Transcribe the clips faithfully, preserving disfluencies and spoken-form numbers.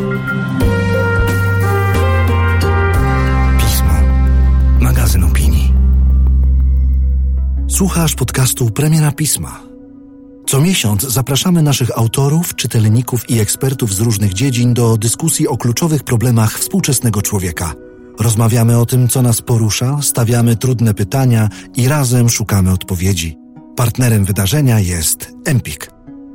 Pismo. Magazyn opinii. Słuchasz podcastu Premiera Pisma. Co miesiąc zapraszamy naszych autorów, czytelników i ekspertów z różnych dziedzin do dyskusji o kluczowych problemach współczesnego człowieka. Rozmawiamy o tym, co nas porusza, stawiamy trudne pytania i razem szukamy odpowiedzi. Partnerem wydarzenia jest Empik.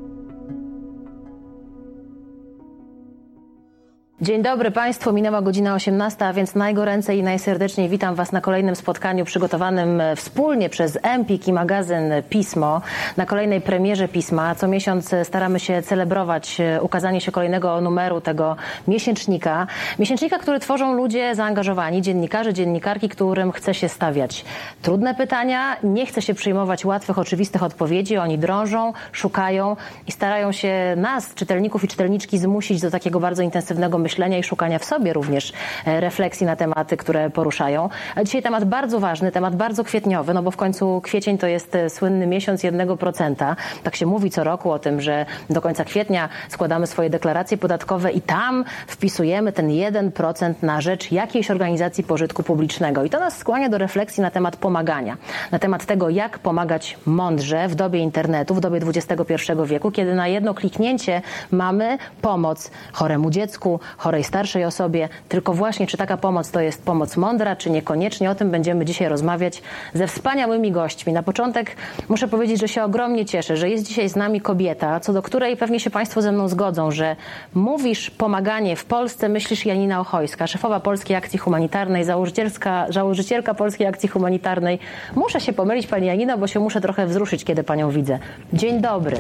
Dzień dobry Państwu, minęła godzina osiemnasta, a więc najgoręcej i najserdeczniej witam Was na kolejnym spotkaniu przygotowanym wspólnie przez Empik i magazyn Pismo, na kolejnej premierze Pisma. Co miesiąc staramy się celebrować ukazanie się kolejnego numeru tego miesięcznika. Miesięcznika, który tworzą ludzie zaangażowani, dziennikarze, dziennikarki, którym chce się stawiać trudne pytania, nie chce się przyjmować łatwych, oczywistych odpowiedzi. Oni drążą, szukają i starają się nas, czytelników i czytelniczki, zmusić do takiego bardzo intensywnego myślenia. myślenia i szukania w sobie również refleksji na tematy, które poruszają. A dzisiaj temat bardzo ważny, temat bardzo kwietniowy, no bo w końcu kwiecień to jest słynny miesiąc jednego procenta. Tak się mówi co roku o tym, że do końca kwietnia składamy swoje deklaracje podatkowe i tam wpisujemy ten jeden procent na rzecz jakiejś organizacji pożytku publicznego. I to nas skłania do refleksji na temat pomagania. Na temat tego, jak pomagać mądrze w dobie internetu, w dobie dwudziestego pierwszego wieku, kiedy na jedno kliknięcie mamy pomoc choremu dziecku, chorej starszej osobie, tylko właśnie czy taka pomoc to jest pomoc mądra, czy niekoniecznie, o tym będziemy dzisiaj rozmawiać ze wspaniałymi gośćmi. Na początek muszę powiedzieć, że się ogromnie cieszę, że jest dzisiaj z nami kobieta, co do której pewnie się Państwo ze mną zgodzą, że mówisz pomaganie w Polsce, myślisz Janina Ochojska, szefowa Polskiej Akcji Humanitarnej, założycielka, założycielka Polskiej Akcji Humanitarnej. Muszę się pomylić, Pani Janino, bo się muszę trochę wzruszyć, kiedy Panią widzę. Dzień dobry.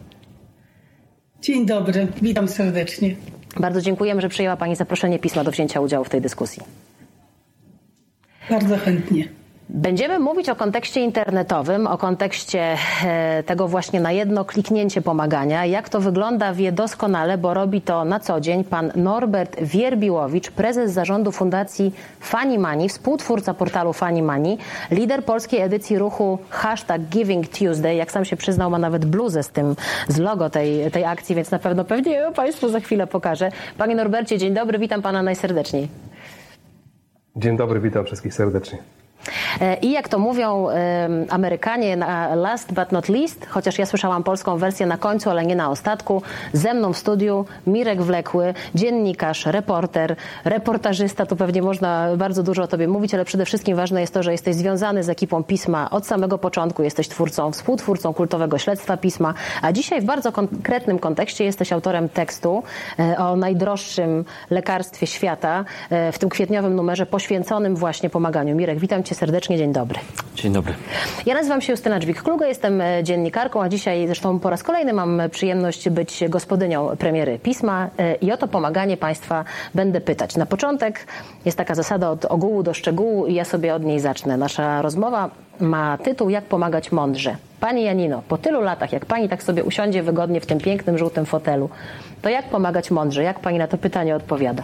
Dzień dobry, witam serdecznie. Bardzo dziękujemy, że przyjęła Pani zaproszenie Pisma do wzięcia udziału w tej dyskusji. Bardzo chętnie. Będziemy mówić o kontekście internetowym, o kontekście tego właśnie na jedno kliknięcie pomagania. Jak to wygląda, wie doskonale, bo robi to na co dzień pan Norbert Wierbiłowicz, prezes zarządu Fundacji Funny Money, współtwórca portalu Funny Money, lider polskiej edycji ruchu hashtag Giving Tuesday. Jak sam się przyznał, ma nawet bluzę z tym, z logo tej, tej akcji, więc na pewno pewnie ją Państwu za chwilę pokażę. Panie Norbercie, dzień dobry, witam Pana najserdeczniej. Dzień dobry, witam wszystkich serdecznie. I jak to mówią Amerykanie, last but not least, chociaż ja słyszałam polską wersję na końcu, ale nie na ostatku, ze mną w studiu Mirek Wlekły, dziennikarz, reporter, reportażysta, tu pewnie można bardzo dużo o Tobie mówić, ale przede wszystkim ważne jest to, że jesteś związany z ekipą Pisma od samego początku, jesteś twórcą, współtwórcą kultowego śledztwa Pisma, a dzisiaj w bardzo konkretnym kontekście jesteś autorem tekstu o najdroższym lekarstwie świata, w tym kwietniowym numerze poświęconym właśnie pomaganiu. Mirek, witam Cię serdecznie, dzień dobry. Dzień dobry. Ja nazywam się Justyna Dźwig-Kluge, jestem dziennikarką, a dzisiaj zresztą po raz kolejny mam przyjemność być gospodynią premiery Pisma i o to pomaganie Państwa będę pytać. Na początek jest taka zasada od ogółu do szczegółu i ja sobie od niej zacznę. Nasza rozmowa ma tytuł Jak pomagać mądrze. Pani Janino, po tylu latach, jak Pani tak sobie usiądzie wygodnie w tym pięknym, żółtym fotelu, to jak pomagać mądrze? Jak Pani na to pytanie odpowiada?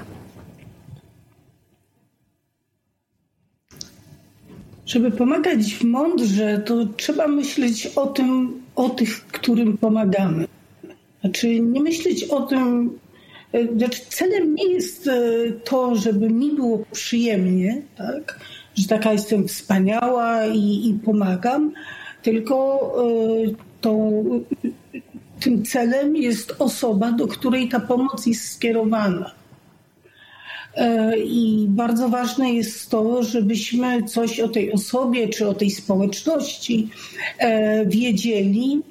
Żeby pomagać mądrze, to trzeba myśleć o tym, o tych, którym pomagamy. Znaczy nie myśleć o tym, znaczy celem nie jest to, żeby mi było przyjemnie, tak? Że taka jestem wspaniała i, i pomagam, tylko tą, tym celem jest osoba, do której ta pomoc jest skierowana. I bardzo ważne jest to, żebyśmy coś o tej osobie czy o tej społeczności wiedzieli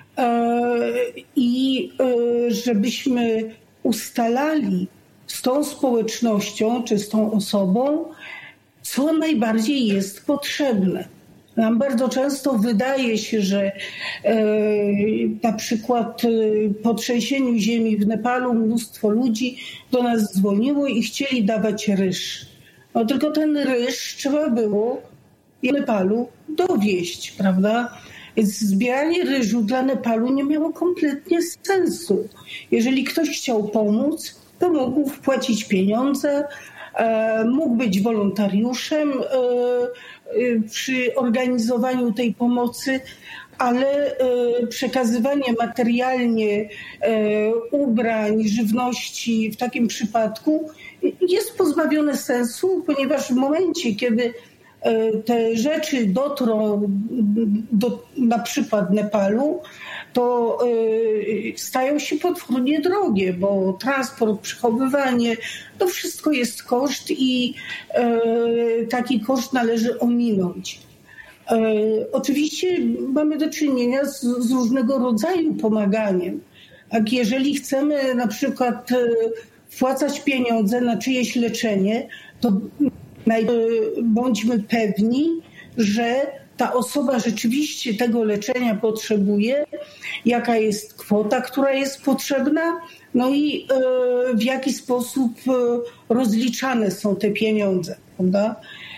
i żebyśmy ustalali z tą społecznością czy z tą osobą, co najbardziej jest potrzebne. Nam bardzo często wydaje się, że e, na przykład e, po trzęsieniu ziemi w Nepalu mnóstwo ludzi do nas dzwoniło i chcieli dawać ryż. No tylko ten ryż trzeba było w Nepalu dowieźć, prawda? Więc zbieranie ryżu dla Nepalu nie miało kompletnie sensu. Jeżeli ktoś chciał pomóc, to mógł wpłacić pieniądze, e, mógł być wolontariuszem e, przy organizowaniu tej pomocy, ale przekazywanie materialnie ubrań, żywności w takim przypadku jest pozbawione sensu, ponieważ w momencie, kiedy te rzeczy dotrą do na przykład Nepalu, to stają się potwornie drogie, bo transport, przechowywanie, to wszystko jest koszt i taki koszt należy ominąć. Oczywiście mamy do czynienia z, z różnego rodzaju pomaganiem. Jak jeżeli chcemy na przykład wpłacać pieniądze na czyjeś leczenie, to bądźmy pewni, że ta osoba rzeczywiście tego leczenia potrzebuje, jaka jest kwota, która jest potrzebna, no i w jaki sposób rozliczane są te pieniądze, prawda?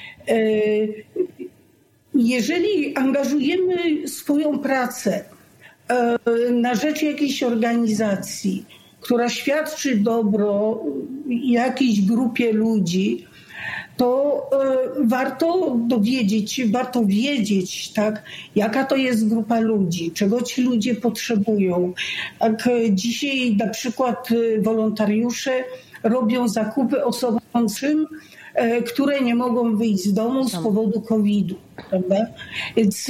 Jeżeli angażujemy swoją pracę na rzecz jakiejś organizacji, która świadczy dobro jakiejś grupie ludzi, to warto dowiedzieć, warto wiedzieć, tak, jaka to jest grupa ludzi, czego ci ludzie potrzebują. Jak dzisiaj na przykład wolontariusze robią zakupy osobom, które nie mogą wyjść z domu z powodu kowida, prawda? Więc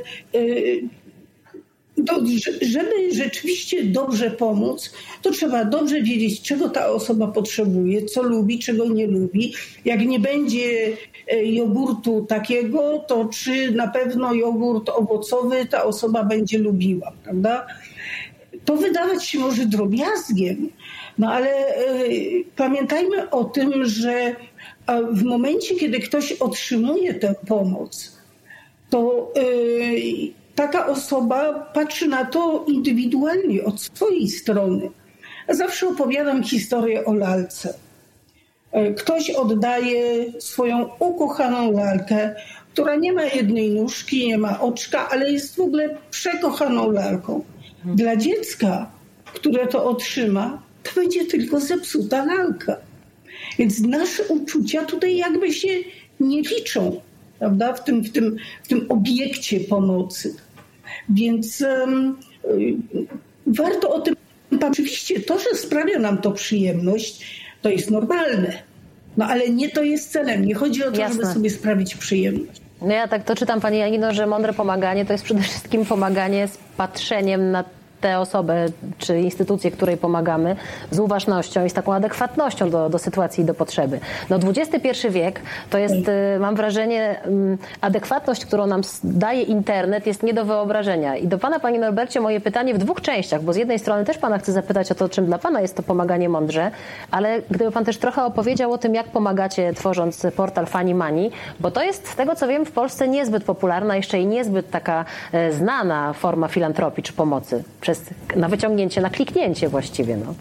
to, żeby rzeczywiście dobrze pomóc, to trzeba dobrze wiedzieć, czego ta osoba potrzebuje, co lubi, czego nie lubi. Jak nie będzie jogurtu takiego, to czy na pewno jogurt owocowy ta osoba będzie lubiła, prawda? To wydawać się może drobiazgiem, no ale pamiętajmy o tym, że w momencie, kiedy ktoś otrzymuje tę pomoc, to taka osoba patrzy na to indywidualnie, od swojej strony. Zawsze opowiadam historię o lalce. Ktoś oddaje swoją ukochaną lalkę, która nie ma jednej nóżki, nie ma oczka, ale jest w ogóle przekochaną lalką. Dla dziecka, które to otrzyma, to będzie tylko zepsuta lalka. Więc nasze uczucia tutaj jakby się nie liczą, prawda, w tym, w tym, w tym obiekcie pomocy. Więc um, warto o tym pamiętać. Oczywiście to, że sprawia nam to przyjemność, to jest normalne. No ale nie to jest celem. Nie chodzi o to, Jasne. żeby sobie sprawić przyjemność. No ja tak to czytam, pani Janino, że mądre pomaganie to jest przede wszystkim pomaganie z patrzeniem na tę osobę czy instytucję, której pomagamy, z uważnością i z taką adekwatnością do, do sytuacji i do potrzeby. No dwudziesty pierwszy wiek to jest, mam wrażenie, adekwatność, którą nam daje internet, jest nie do wyobrażenia. I do pana, panie Norbercie, moje pytanie w dwóch częściach, bo z jednej strony też pana chcę zapytać o to, czym dla pana jest to pomaganie mądrze, ale gdyby pan też trochę opowiedział o tym, jak pomagacie, tworząc portal Funny Money, bo to jest, z tego co wiem, w Polsce niezbyt popularna, jeszcze i niezbyt taka znana forma filantropii czy pomocy. Przez na wyciągnięcie, na kliknięcie właściwie. No.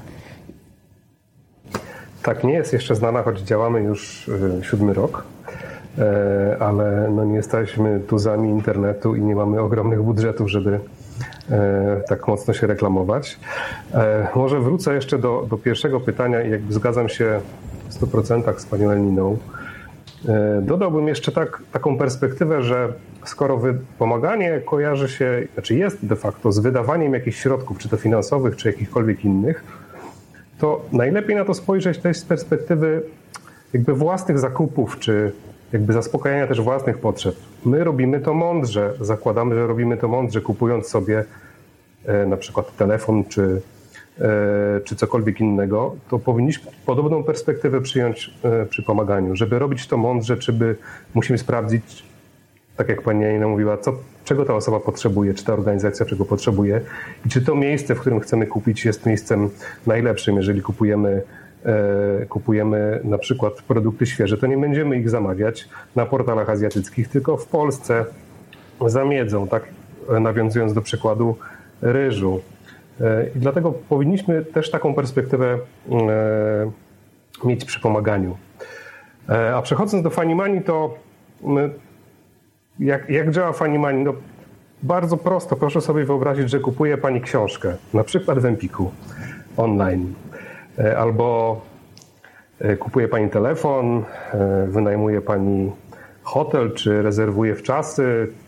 Tak, nie jest jeszcze znana, choć działamy już y, siódmy rok, e, ale no nie jesteśmy tuzami internetu i nie mamy ogromnych budżetów, żeby e, tak mocno się reklamować. E, może wrócę jeszcze do, do pierwszego pytania i jakby zgadzam się w stu procentach z panią Elniną. E, dodałbym jeszcze tak, taką perspektywę, że skoro pomaganie kojarzy się, znaczy jest de facto z wydawaniem jakichś środków, czy to finansowych, czy jakichkolwiek innych, to najlepiej na to spojrzeć też z perspektywy jakby własnych zakupów, czy jakby zaspokajania też własnych potrzeb. My robimy to mądrze, zakładamy, że robimy to mądrze, kupując sobie e, na przykład telefon, czy, e, czy cokolwiek innego, to powinniśmy podobną perspektywę przyjąć e, przy pomaganiu. Żeby robić to mądrze, czy by musimy sprawdzić, tak jak pani Janina mówiła, co, czego ta osoba potrzebuje, czy ta organizacja czego potrzebuje i czy to miejsce, w którym chcemy kupić, jest miejscem najlepszym. Jeżeli kupujemy, e, kupujemy na przykład produkty świeże, to nie będziemy ich zamawiać na portalach azjatyckich, tylko w Polsce za miedzą, tak nawiązując do przykładu ryżu. E, I dlatego powinniśmy też taką perspektywę e, mieć przy pomaganiu. E, a przechodząc do Funny Money, to my Jak, jak działa Funny Money? No, bardzo prosto. Proszę sobie wyobrazić, że kupuje pani książkę, na przykład w Empiku online, albo kupuje pani telefon, wynajmuje pani hotel, czy rezerwuje wczasy,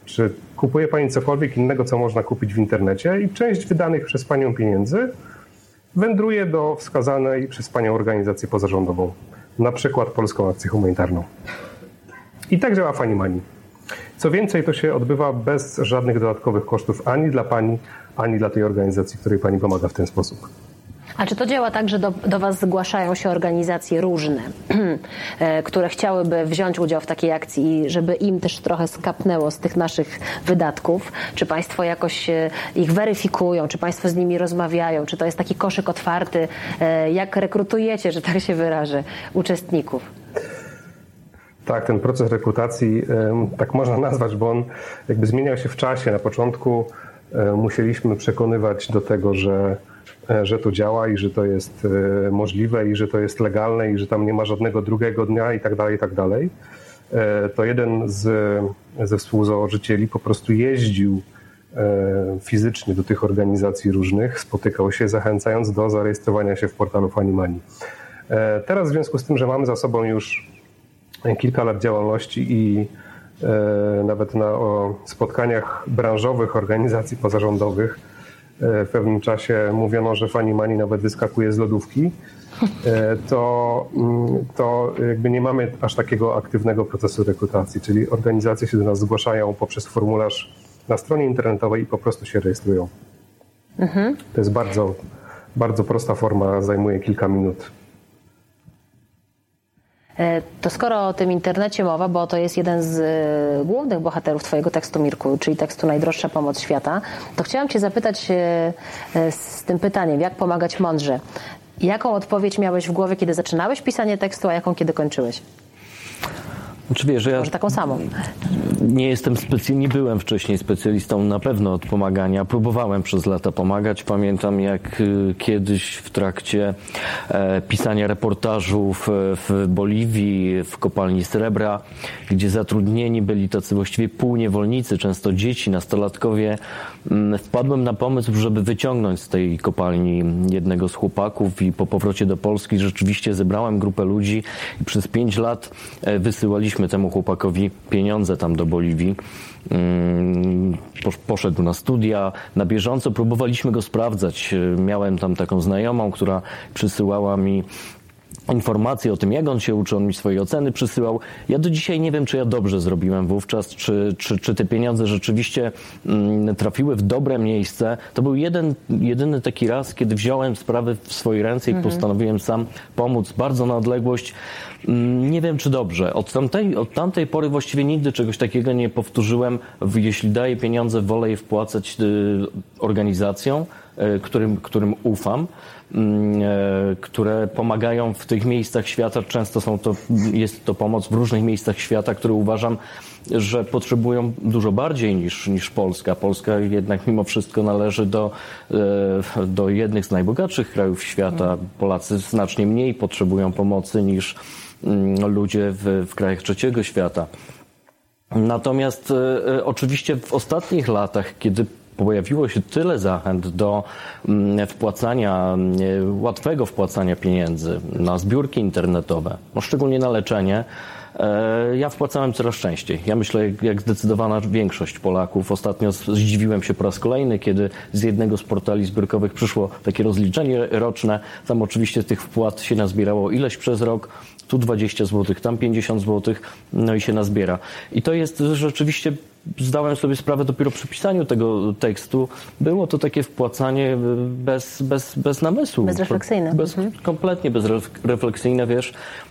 Czy kupuje Pani cokolwiek innego, co można kupić w internecie i część wydanych przez Panią pieniędzy wędruje do wskazanej przez Panią organizację pozarządową, na przykład Polską Akcję Humanitarną. I tak działa FunnyMoney. Co więcej, to się odbywa bez żadnych dodatkowych kosztów ani dla Pani, ani dla tej organizacji, której Pani pomaga w ten sposób. A czy to działa tak, że do, do Was zgłaszają się organizacje różne, które chciałyby wziąć udział w takiej akcji i żeby im też trochę skapnęło z tych naszych wydatków? Czy Państwo jakoś ich weryfikują? Czy Państwo z nimi rozmawiają? Czy to jest taki koszyk otwarty? Jak rekrutujecie, że tak się wyrażę, uczestników? Tak, ten proces rekrutacji, tak można nazwać, bo on jakby zmieniał się w czasie. Na początku musieliśmy przekonywać do tego, że że to działa i że to jest możliwe i że to jest legalne i że tam nie ma żadnego drugiego dnia i tak dalej, i tak dalej. To jeden z, ze współzałożycieli po prostu jeździł fizycznie do tych organizacji różnych, spotykał się, zachęcając do zarejestrowania się w portalu FunnyMoney. Teraz w związku z tym, że mamy za sobą już kilka lat działalności i nawet na o spotkaniach branżowych organizacji pozarządowych w pewnym czasie mówiono, że FunnyMoney nawet wyskakuje z lodówki, to, to jakby nie mamy aż takiego aktywnego procesu rekrutacji, czyli organizacje się do nas zgłaszają poprzez formularz na stronie internetowej i po prostu się rejestrują. Mhm. To jest bardzo, bardzo prosta forma, zajmuje kilka minut. To skoro o tym internecie mowa, bo to jest jeden z głównych bohaterów Twojego tekstu, Mirku, czyli tekstu Najdroższa pomoc świata, to chciałam Cię zapytać z tym pytaniem, jak pomagać mądrze. Jaką odpowiedź miałeś w głowie, kiedy zaczynałeś pisanie tekstu, a jaką kiedy kończyłeś? Znaczy, wiesz, ja Może taką samą. Nie jestem specjalnie, nie byłem wcześniej specjalistą na pewno od pomagania. Próbowałem przez lata pomagać. Pamiętam, jak kiedyś w trakcie e, pisania reportażu w, w Boliwii, w kopalni srebra, gdzie zatrudnieni byli tacy właściwie półniewolnicy, często dzieci, nastolatkowie, m, wpadłem na pomysł, żeby wyciągnąć z tej kopalni jednego z chłopaków i po powrocie do Polski rzeczywiście zebrałem grupę ludzi i przez pięć lat e, wysyłaliśmy temu chłopakowi pieniądze tam do Boliwii. Poszedł na studia, na bieżąco próbowaliśmy go sprawdzać. Miałem tam taką znajomą, która przysyłała mi informacje o tym, jak on się uczy, on mi swoje oceny przysyłał. Ja do dzisiaj nie wiem, czy ja dobrze zrobiłem wówczas, czy, czy, czy te pieniądze rzeczywiście mm, trafiły w dobre miejsce. To był jeden, jedyny taki raz, kiedy wziąłem sprawy w swoje ręce i mhm. postanowiłem sam pomóc bardzo na odległość. Mm, nie wiem, czy dobrze. Od tamtej, od tamtej pory właściwie nigdy czegoś takiego nie powtórzyłem. Jeśli daję pieniądze, wolę je wpłacać y, organizacjom, y, którym, którym ufam, które pomagają w tych miejscach świata. Często są to, jest to pomoc w różnych miejscach świata, które uważam, że potrzebują dużo bardziej niż, niż Polska. Polska jednak mimo wszystko należy do, do jednych z najbogatszych krajów świata. Polacy znacznie mniej potrzebują pomocy niż ludzie w, w krajach trzeciego świata. Natomiast oczywiście w ostatnich latach, kiedy pojawiło się tyle zachęt do wpłacania, łatwego wpłacania pieniędzy na zbiórki internetowe, no szczególnie na leczenie, ja wpłacałem coraz częściej. Ja myślę, jak zdecydowana większość Polaków. Ostatnio zdziwiłem się po raz kolejny, kiedy z jednego z portali zbiórkowych przyszło takie rozliczenie roczne. Tam oczywiście tych wpłat się nazbierało ileś przez rok. Tu dwadzieścia złotych, tam pięćdziesiąt złotych, no i się nazbiera. I to jest rzeczywiście, zdałem sobie sprawę dopiero przy pisaniu tego tekstu, było to takie wpłacanie bez, bez, bez namysłu. Bezrefleksyjne. Bez, mhm. Kompletnie bezrefleksyjne, wiesz.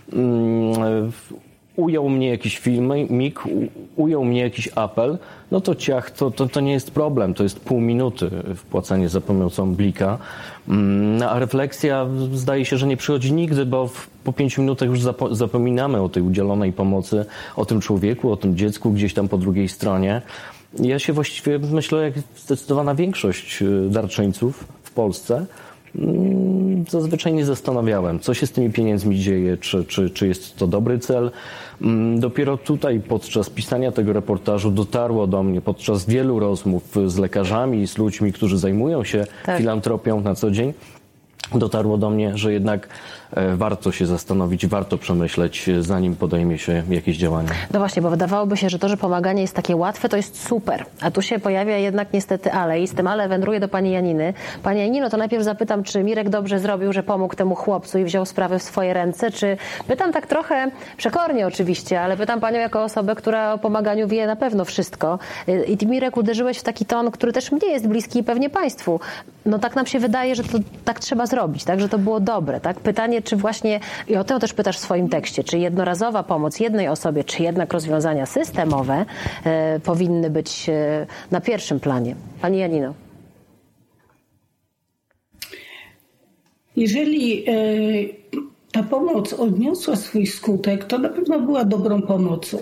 Ujął mnie jakiś filmik, ujął mnie jakiś apel, no to ciach, to, to, to nie jest problem, to jest pół minuty wpłacanie za pomocą blika. A refleksja zdaje się, że nie przychodzi nigdy, bo w, po pięciu minutach już zapo, zapominamy o tej udzielonej pomocy, o tym człowieku, o tym dziecku gdzieś tam po drugiej stronie. Ja się właściwie myślę, jak zdecydowana większość darczyńców w Polsce, zazwyczaj nie zastanawiałem, co się z tymi pieniędzmi dzieje, czy, czy, czy jest to dobry cel. Dopiero tutaj podczas pisania tego reportażu dotarło do mnie, podczas wielu rozmów z lekarzami i z ludźmi, którzy zajmują się tak. filantropią na co dzień, dotarło do mnie, że jednak warto się zastanowić, warto przemyśleć, zanim podejmie się jakieś działania. No właśnie, bo wydawałoby się, że to, że pomaganie jest takie łatwe, to jest super. A tu się pojawia jednak niestety ale. I z tym ale wędruję do pani Janiny. Pani Janino, to najpierw zapytam, czy Mirek dobrze zrobił, że pomógł temu chłopcu i wziął sprawę w swoje ręce, czy pytam tak trochę przekornie oczywiście, ale pytam panią jako osobę, która o pomaganiu wie na pewno wszystko. I ty, Mirek, uderzyłeś w taki ton, który też mnie jest bliski i pewnie państwu. No tak nam się wydaje, że to tak trzeba zrobić, tak, że to było dobre, tak? Pytanie, czy właśnie, i o to też pytasz w swoim tekście, czy jednorazowa pomoc jednej osobie, czy jednak rozwiązania systemowe e, powinny być e, na pierwszym planie? Pani Janino. Jeżeli e, ta pomoc odniosła swój skutek, to na pewno była dobrą pomocą.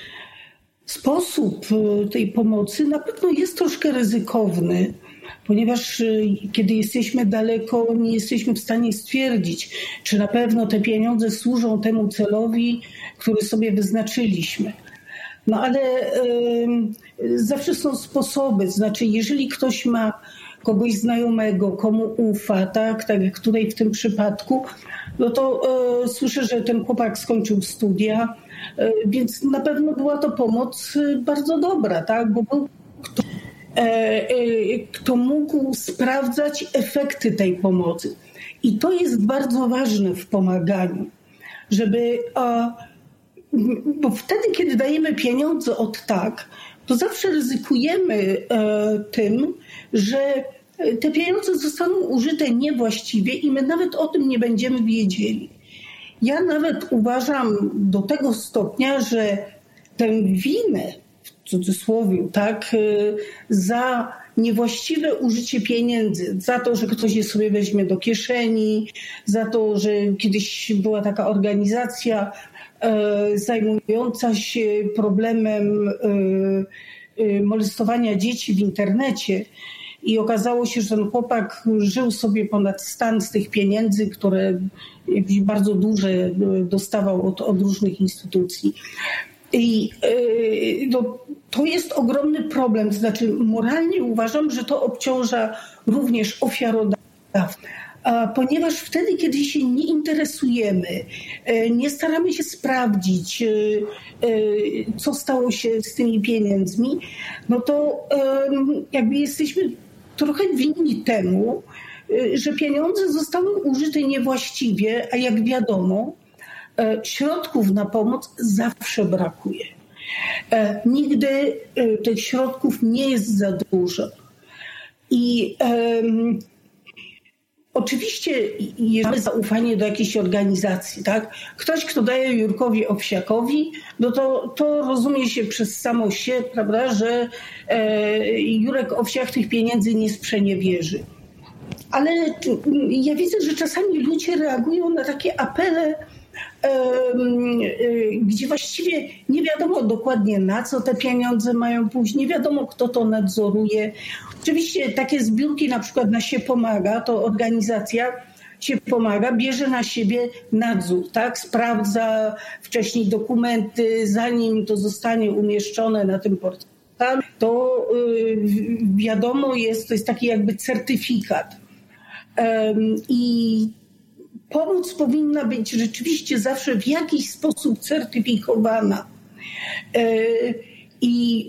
Sposób tej pomocy na pewno jest troszkę ryzykowny, ponieważ kiedy jesteśmy daleko, nie jesteśmy w stanie stwierdzić, czy na pewno te pieniądze służą temu celowi, który sobie wyznaczyliśmy. No ale y, zawsze są sposoby, znaczy jeżeli ktoś ma kogoś znajomego, komu ufa, tak, tak jak tutaj w tym przypadku, no to y, słyszę, że ten chłopak skończył studia, y, więc na pewno była to pomoc bardzo dobra, tak, bo był ktoś, kto mógł sprawdzać efekty tej pomocy. I to jest bardzo ważne w pomaganiu, żeby, bo wtedy, kiedy dajemy pieniądze od tak, to zawsze ryzykujemy tym, że te pieniądze zostaną użyte niewłaściwie i my nawet o tym nie będziemy wiedzieli. Ja nawet uważam do tego stopnia, że tę winę, w cudzysłowie, tak, za niewłaściwe użycie pieniędzy, za to, że ktoś je sobie weźmie do kieszeni, za to, że kiedyś była taka organizacja e, zajmująca się problemem e, e, molestowania dzieci w internecie i okazało się, że ten chłopak żył sobie ponad stan z tych pieniędzy, które jakieś bardzo duże dostawał od, od różnych instytucji. I no, to jest ogromny problem. To znaczy moralnie uważam, że to obciąża również ofiarodawców, ponieważ wtedy, kiedy się nie interesujemy, nie staramy się sprawdzić, co stało się z tymi pieniędzmi, no to jakby jesteśmy trochę winni temu, że pieniądze zostały użyte niewłaściwie, a jak wiadomo, środków na pomoc zawsze brakuje. Nigdy tych środków nie jest za dużo. I um, oczywiście jeżeli mamy zaufanie do jakiejś organizacji, tak? Ktoś, kto daje Jurkowi Owsiakowi, no to, to rozumie się przez samo się, prawda, że e, Jurek Owsiak tych pieniędzy nie sprzeniewierzy. Ale ja widzę, że czasami ludzie reagują na takie apele, gdzie właściwie nie wiadomo dokładnie, na co te pieniądze mają pójść, nie wiadomo, kto to nadzoruje. Oczywiście takie zbiórki, na przykład na Się Pomaga, to organizacja Się Pomaga bierze na siebie nadzór, tak? Sprawdza wcześniej dokumenty, zanim to zostanie umieszczone na tym portalu, to wiadomo jest, to jest taki jakby certyfikat. I pomoc powinna być rzeczywiście zawsze w jakiś sposób certyfikowana. I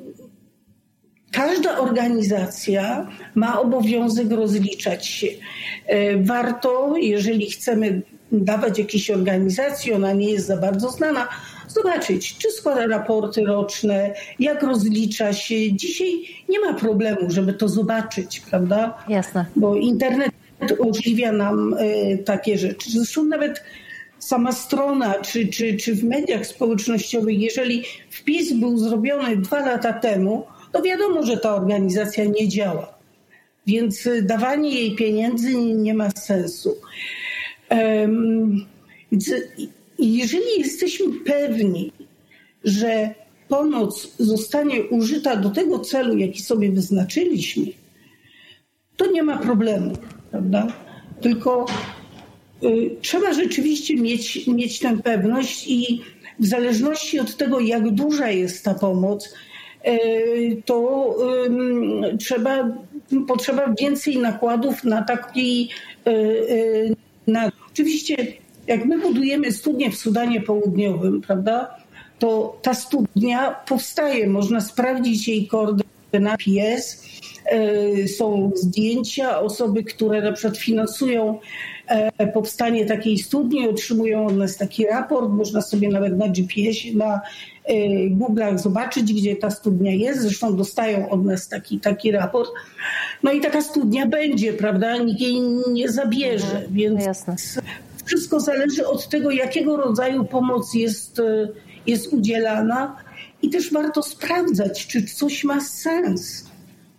każda organizacja ma obowiązek rozliczać się. Warto, jeżeli chcemy dawać jakiejś organizacji, ona nie jest za bardzo znana, zobaczyć, czy składa raporty roczne, jak rozlicza się. Dzisiaj nie ma problemu, żeby to zobaczyć, prawda? Jasne. Bo internet umożliwia nam y, takie rzeczy. Zresztą nawet sama strona, czy, czy, czy w mediach społecznościowych, jeżeli wpis był zrobiony dwa lata temu, to wiadomo, że ta organizacja nie działa. Więc dawanie jej pieniędzy nie ma sensu. Um, jeżeli jesteśmy pewni, że pomoc zostanie użyta do tego celu, jaki sobie wyznaczyliśmy, to nie ma problemu, prawda? Tylko y, trzeba rzeczywiście mieć, mieć tę pewność i w zależności od tego, jak duża jest ta pomoc, y, to y, trzeba potrzeba więcej nakładów na taki... Na... Oczywiście jak my budujemy studnię w Sudanie Południowym, prawda, to ta studnia powstaje, można sprawdzić jej koordynaty P S, są zdjęcia, osoby, które na przykład finansują powstanie takiej studni, otrzymują od nas taki raport, można sobie nawet na G P S-ie, na Google'ach zobaczyć, gdzie ta studnia jest, zresztą dostają od nas taki, taki raport. No i taka studnia będzie, prawda, nikt jej nie zabierze, mhm, więc jasne. Wszystko zależy od tego, jakiego rodzaju pomoc jest, jest udzielana i też warto sprawdzać, czy coś ma sens.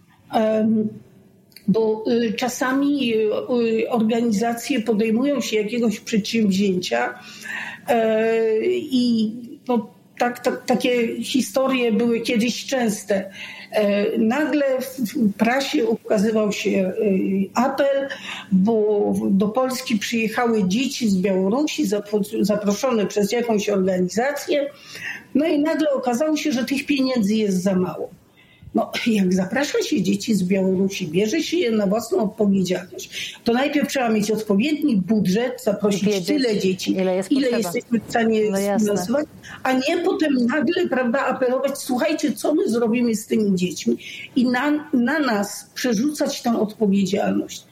Bo czasami organizacje podejmują się jakiegoś przedsięwzięcia i no, tak, tak, takie historie były kiedyś częste. Nagle w prasie ukazywał się apel, bo do Polski przyjechały dzieci z Białorusi zaproszone przez jakąś organizację. No i nagle okazało się, że tych pieniędzy jest za mało. No, jak zaprasza się dzieci z Białorusi, bierze się je na własną odpowiedzialność, to najpierw trzeba mieć odpowiedni budżet, zaprosić wiedzieć, tyle dzieci, ile, jest ile jesteśmy w stanie sfinansować, a nie potem nagle, prawda, apelować, słuchajcie, co my zrobimy z tymi dziećmi i na, na nas przerzucać tę odpowiedzialność.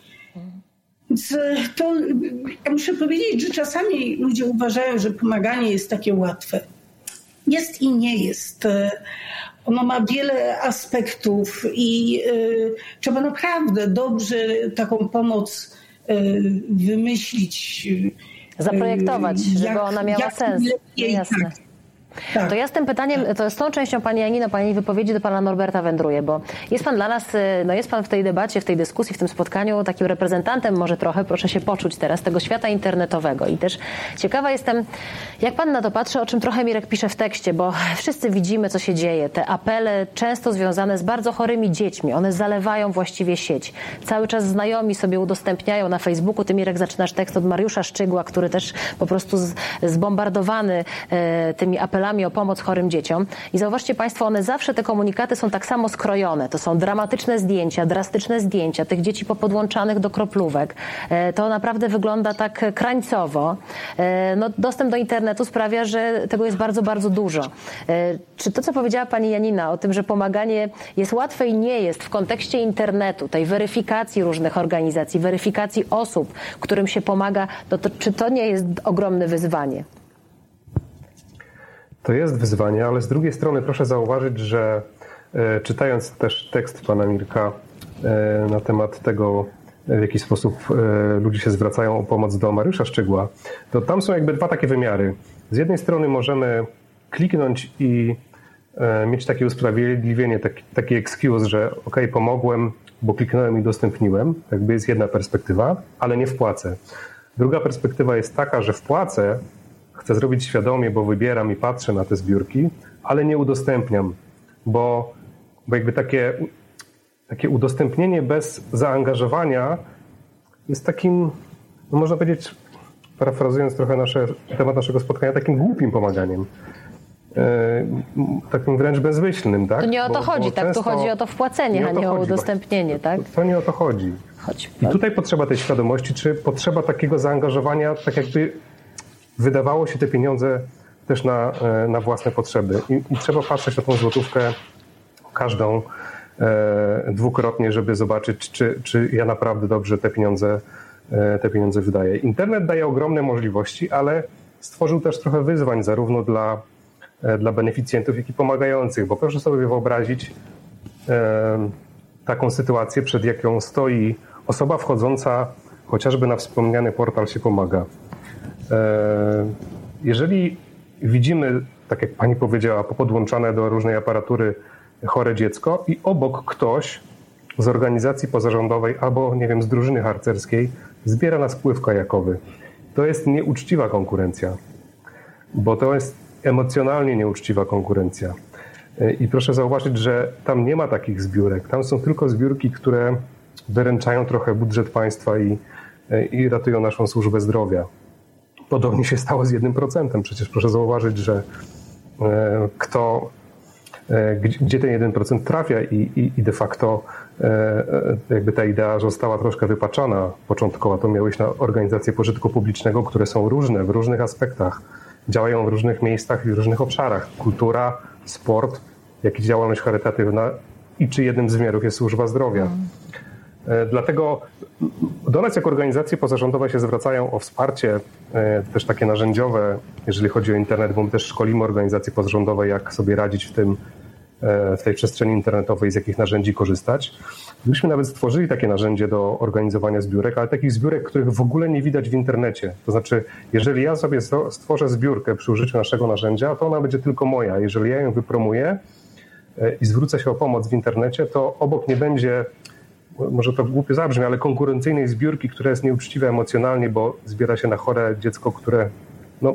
Więc to ja muszę powiedzieć, że czasami ludzie uważają, że pomaganie jest takie łatwe. Jest i nie jest. Ono ma wiele aspektów i y, trzeba naprawdę dobrze taką pomoc y, wymyślić. Zaprojektować, y, żeby jak, ona miała sens. Lepiej, jasne. Tak. Tak. To ja z tym pytaniem, to z tą częścią Pani Janino, Pani wypowiedzi do Pana Norberta wędruję, bo jest Pan dla nas, no jest Pan w tej debacie, w tej dyskusji, w tym spotkaniu takim reprezentantem może trochę, proszę się poczuć teraz, tego świata internetowego i też ciekawa jestem, jak Pan na to patrzy, o czym trochę Mirek pisze w tekście, bo wszyscy widzimy, co się dzieje, te apele często związane z bardzo chorymi dziećmi, one zalewają właściwie sieć. Cały czas znajomi sobie udostępniają na Facebooku, Ty Mirek zaczynasz tekst od Mariusza Szczygła, który też po prostu z, zbombardowany e, tymi apelami o pomoc chorym dzieciom. I zauważcie Państwo, one zawsze, te komunikaty są tak samo skrojone. To są dramatyczne zdjęcia, drastyczne zdjęcia tych dzieci popodłączanych do kroplówek. To naprawdę wygląda tak krańcowo. No, dostęp do internetu sprawia, że tego jest bardzo, bardzo dużo. Czy to, co powiedziała Pani Janina o tym, że pomaganie jest łatwe i nie jest w kontekście internetu, tej weryfikacji różnych organizacji, weryfikacji osób, którym się pomaga, to, to, czy to nie jest ogromne wyzwanie? To jest wyzwanie, ale z drugiej strony proszę zauważyć, że e, czytając też tekst pana Mirka e, na temat tego, w jaki sposób e, ludzie się zwracają o pomoc do Mariusza Szczygła, to tam są jakby dwa takie wymiary. Z jednej strony możemy kliknąć i e, mieć takie usprawiedliwienie, taki, taki excuse, że ok, pomogłem, bo kliknąłem i udostępniłem. Jakby jest jedna perspektywa, ale nie wpłacę. Druga perspektywa jest taka, że wpłacę, chcę zrobić świadomie, bo wybieram i patrzę na te zbiórki, ale nie udostępniam, bo, bo jakby takie, takie udostępnienie bez zaangażowania jest takim, no można powiedzieć, parafrazując trochę nasze, temat naszego spotkania, takim głupim pomaganiem. E, takim wręcz bezmyślnym, tak? To nie o to bo, chodzi, bo tak? Często, tu chodzi o to wpłacenie, nie a nie o udostępnienie, tak? To, to nie o to chodzi. Chodź, I tutaj potrzeba tej świadomości, czy potrzeba takiego zaangażowania, tak jakby wydawało się te pieniądze też na, na własne potrzeby. I, I trzeba patrzeć na tą złotówkę każdą e, dwukrotnie, żeby zobaczyć, czy, czy ja naprawdę dobrze te pieniądze, e, te pieniądze wydaję. Internet daje ogromne możliwości, ale stworzył też trochę wyzwań zarówno dla, e, dla beneficjentów, jak i pomagających, bo proszę sobie wyobrazić e, taką sytuację, przed jaką stoi osoba wchodząca chociażby na wspomniany portal Się Pomaga. Jeżeli widzimy, tak jak pani powiedziała, popodłączane do różnej aparatury chore dziecko i obok ktoś z organizacji pozarządowej albo, nie wiem, z drużyny harcerskiej zbiera na spływ kajakowy, to jest nieuczciwa konkurencja, bo to jest emocjonalnie nieuczciwa konkurencja. I proszę zauważyć, że tam nie ma takich zbiórek, tam są tylko zbiórki, które wyręczają trochę budżet państwa i, i ratują naszą służbę zdrowia. Podobnie się stało z jednym procentem. Przecież proszę zauważyć, że kto, gdzie ten jeden procent trafia i, i, i de facto jakby ta idea została troszkę wypaczona. Początkowo to miałeś na organizacje pożytku publicznego, które są różne w różnych aspektach. Działają w różnych miejscach i w różnych obszarach. Kultura, sport, jak i działalność charytatywna i czy jednym z wymiarów jest służba zdrowia. Mm. Dlatego do nas jako organizacje pozarządowe się zwracają o wsparcie też takie narzędziowe, jeżeli chodzi o internet, bo my też szkolimy organizacje pozarządowe, jak sobie radzić w tym, w tej przestrzeni internetowej, z jakich narzędzi korzystać. Myśmy nawet stworzyli takie narzędzie do organizowania zbiórek, ale takich zbiórek, których w ogóle nie widać w internecie. To znaczy, jeżeli ja sobie stworzę zbiórkę przy użyciu naszego narzędzia, to ona będzie tylko moja. Jeżeli ja ją wypromuję i zwrócę się o pomoc w internecie, to obok nie będzie, może to głupio zabrzmi, ale konkurencyjnej zbiórki, która jest nieuczciwa emocjonalnie, bo zbiera się na chore dziecko, które no...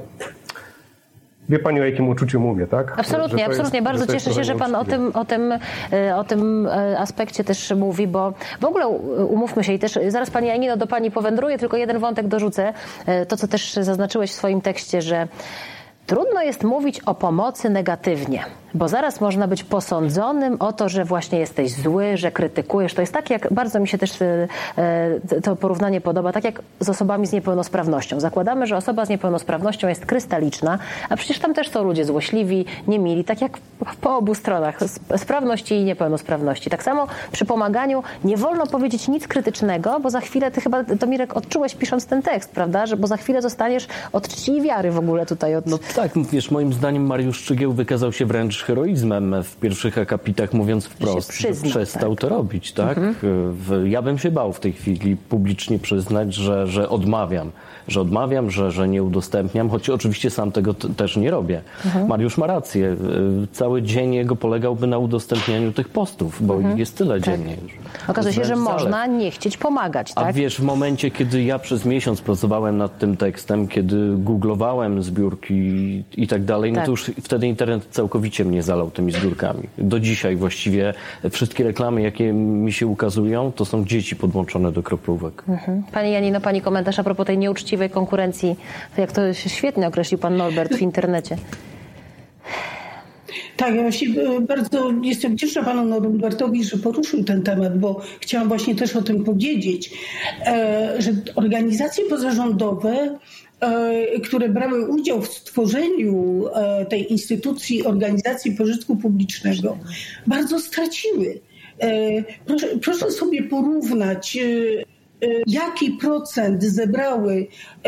Wie Pani, o jakim uczuciu mówię, tak? Absolutnie, absolutnie. Jest, Bardzo cieszę się, że Pan o tym, o, tym, o tym aspekcie też mówi, bo w ogóle umówmy się i też zaraz Pani Janino do Pani powędruję, tylko jeden wątek dorzucę. To, co też zaznaczyłeś w swoim tekście, że trudno jest mówić o pomocy negatywnie, bo zaraz można być posądzonym o to, że właśnie jesteś zły, że krytykujesz. To jest tak, jak bardzo mi się też to porównanie podoba, tak jak z osobami z niepełnosprawnością. Zakładamy, że osoba z niepełnosprawnością jest krystaliczna, a przecież tam też są ludzie złośliwi, niemili, tak jak po obu stronach, sprawności i niepełnosprawności. Tak samo przy pomaganiu nie wolno powiedzieć nic krytycznego, bo za chwilę, ty chyba to, Mirek, odczułeś pisząc ten tekst, prawda, że bo za chwilę zostaniesz od czci i wiary w ogóle tutaj od... No tak, wiesz, moim zdaniem Mariusz Szczygieł wykazał się wręcz heroizmem w pierwszych akapitach, mówiąc wprost, przyznał, że przestał tak. to robić, tak? Mhm. Ja bym się bał w tej chwili publicznie przyznać, że, że odmawiam, że odmawiam, że, że nie udostępniam, choć oczywiście sam tego t- też nie robię. Mhm. Mariusz ma rację. Cały dzień jego polegałby na udostępnianiu tych postów, bo mhm. jest tyle tak. dziennie już. Okazuje się, że można nie chcieć pomagać, tak? A wiesz, w momencie, kiedy ja przez miesiąc pracowałem nad tym tekstem, kiedy googlowałem zbiórki i tak dalej, no tak. to już wtedy internet całkowicie mnie zalał tymi zbiórkami. Do dzisiaj właściwie wszystkie reklamy, jakie mi się ukazują, to są dzieci podłączone do kroplówek. Mhm. Pani Janino, Pani komentarz a propos tej nieuczciwej konkurencji, jak to świetnie określił Pan Norbert w internecie. Tak, ja właśnie bardzo jestem wdzięczna Panu Norbertowi, że poruszył ten temat, bo chciałam właśnie też o tym powiedzieć, że organizacje pozarządowe, które brały udział w stworzeniu tej instytucji organizacji pożytku publicznego, bardzo straciły. Proszę, proszę sobie porównać, jaki procent zebrały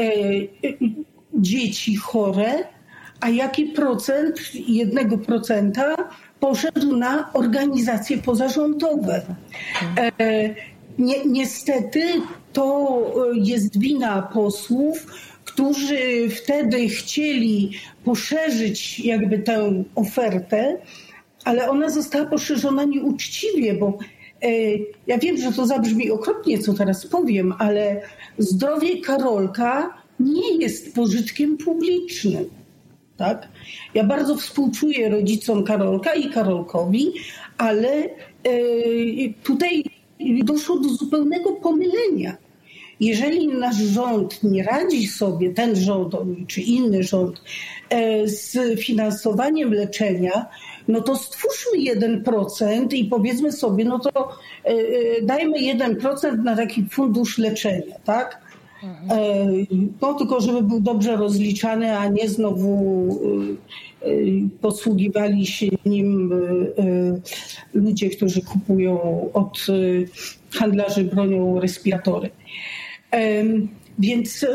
dzieci chore, a jaki procent, jednego procenta poszedł na organizacje pozarządowe. Ni- niestety to jest wina posłów, którzy wtedy chcieli poszerzyć jakby tę ofertę, ale ona została poszerzona nieuczciwie, bo e, ja wiem, że to zabrzmi okropnie, co teraz powiem, ale zdrowie Karolka nie jest pożytkiem publicznym. Tak? Ja bardzo współczuję rodzicom Karolka i Karolkowi, ale e, tutaj doszło do zupełnego pomylenia. Jeżeli nasz rząd nie radzi sobie, ten rząd czy inny rząd, z finansowaniem leczenia, no to stwórzmy jeden procent i powiedzmy sobie, no to dajmy jeden procent na taki fundusz leczenia, tak? No tylko żeby był dobrze rozliczany, a nie znowu posługiwali się nim ludzie, którzy kupują od handlarzy bronią respiratory. Więc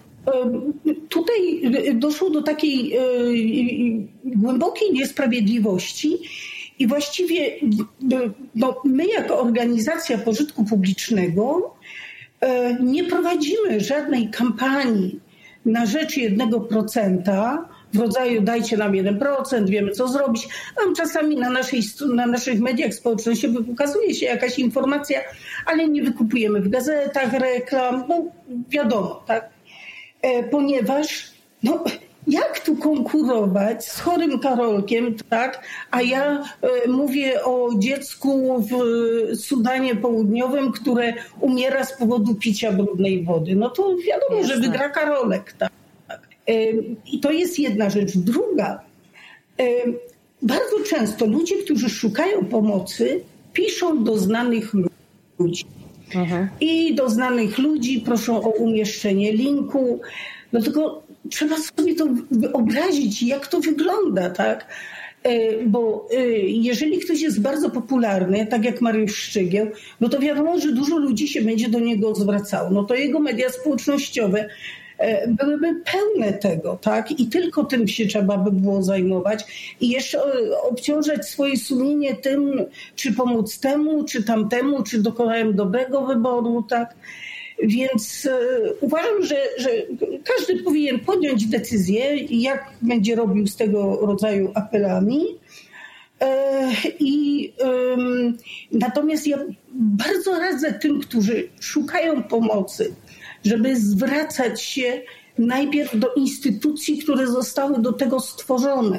tutaj doszło do takiej głębokiej niesprawiedliwości i właściwie no, my jako organizacja pożytku publicznego nie prowadzimy żadnej kampanii na rzecz jednego procenta w rodzaju dajcie nam jeden procent, wiemy co zrobić. Tam czasami na, naszej, na naszych mediach społecznościowych ukazuje się jakaś informacja, ale nie wykupujemy w gazetach reklam, no wiadomo, tak? E, ponieważ no, jak tu konkurować z chorym Karolkiem, tak? A ja e, mówię o dziecku w Sudanie Południowym, które umiera z powodu picia brudnej wody. No to wiadomo, Jasne. że wygra Karolek, tak? I to jest jedna rzecz. Druga, bardzo często ludzie, którzy szukają pomocy, piszą do znanych ludzi. ludzi. Mhm. I do znanych ludzi proszą o umieszczenie linku. No tylko trzeba sobie to wyobrazić, jak to wygląda, tak? Bo jeżeli ktoś jest bardzo popularny, tak jak Mariusz Szczygieł, no to wiadomo, że dużo ludzi się będzie do niego zwracało. No to jego media społecznościowe byłyby pełne tego, tak? I tylko tym się trzeba by było zajmować i jeszcze obciążać swoje sumienie tym, czy pomóc temu, czy tamtemu, czy dokonałem dobrego wyboru, tak? Więc uważam, że, że każdy powinien podjąć decyzję, jak będzie robił z tego rodzaju apelami. I natomiast ja bardzo radzę tym, którzy szukają pomocy, żeby zwracać się najpierw do instytucji, które zostały do tego stworzone.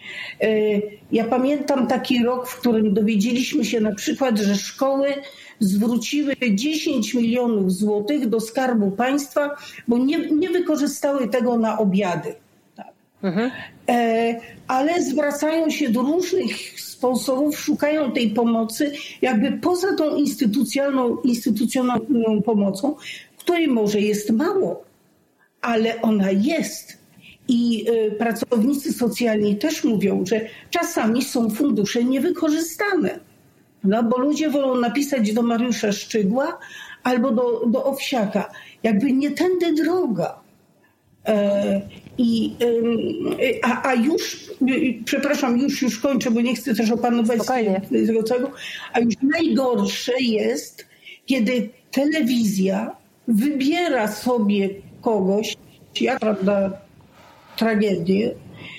Ja pamiętam taki rok, w którym dowiedzieliśmy się na przykład, że szkoły zwróciły dziesięć milionów złotych do Skarbu Państwa, bo nie, nie wykorzystały tego na obiady. Tak. Mhm. Ale zwracają się do różnych sponsorów, szukają tej pomocy jakby poza tą instytucjonalną, instytucjonalną pomocą, której może jest mało, ale ona jest. I pracownicy socjalni też mówią, że czasami są fundusze niewykorzystane, no, bo ludzie wolą napisać do Mariusza Szczygła albo do, do Owsiaka. Jakby nie tędy droga. E, i, e, a, a już, przepraszam, już, już kończę, bo nie chcę też opanować tego całego, a już najgorsze jest, kiedy telewizja wybiera sobie kogoś, jak prawda, tragedię,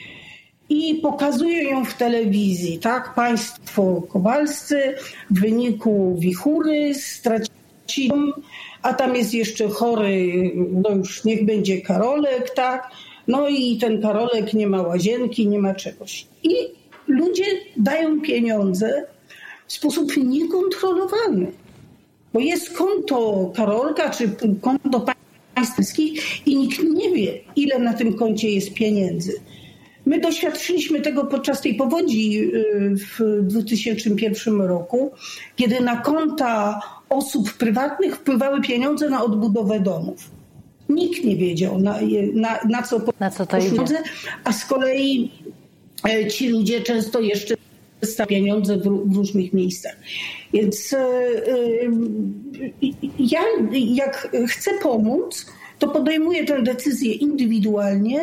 i pokazuje ją w telewizji, tak? Państwo kowalscy w wyniku wichury stracili, a tam jest jeszcze chory, no już niech będzie Karolek, tak? No i ten Karolek nie ma łazienki, nie ma czegoś. I ludzie dają pieniądze w sposób niekontrolowany, bo jest konto Karolka czy konto państwowskich i nikt nie wie, ile na tym koncie jest pieniędzy. My doświadczyliśmy tego podczas tej powodzi w dwa tysiące pierwszym roku, kiedy na konta osób prywatnych wpływały pieniądze na odbudowę domów. Nikt nie wiedział, na, na, na co na co to pieniądze, a z kolei ci ludzie często jeszcze stawiają pieniądze w, w różnych miejscach. Więc ja jak chcę pomóc, to podejmuję tę decyzję indywidualnie,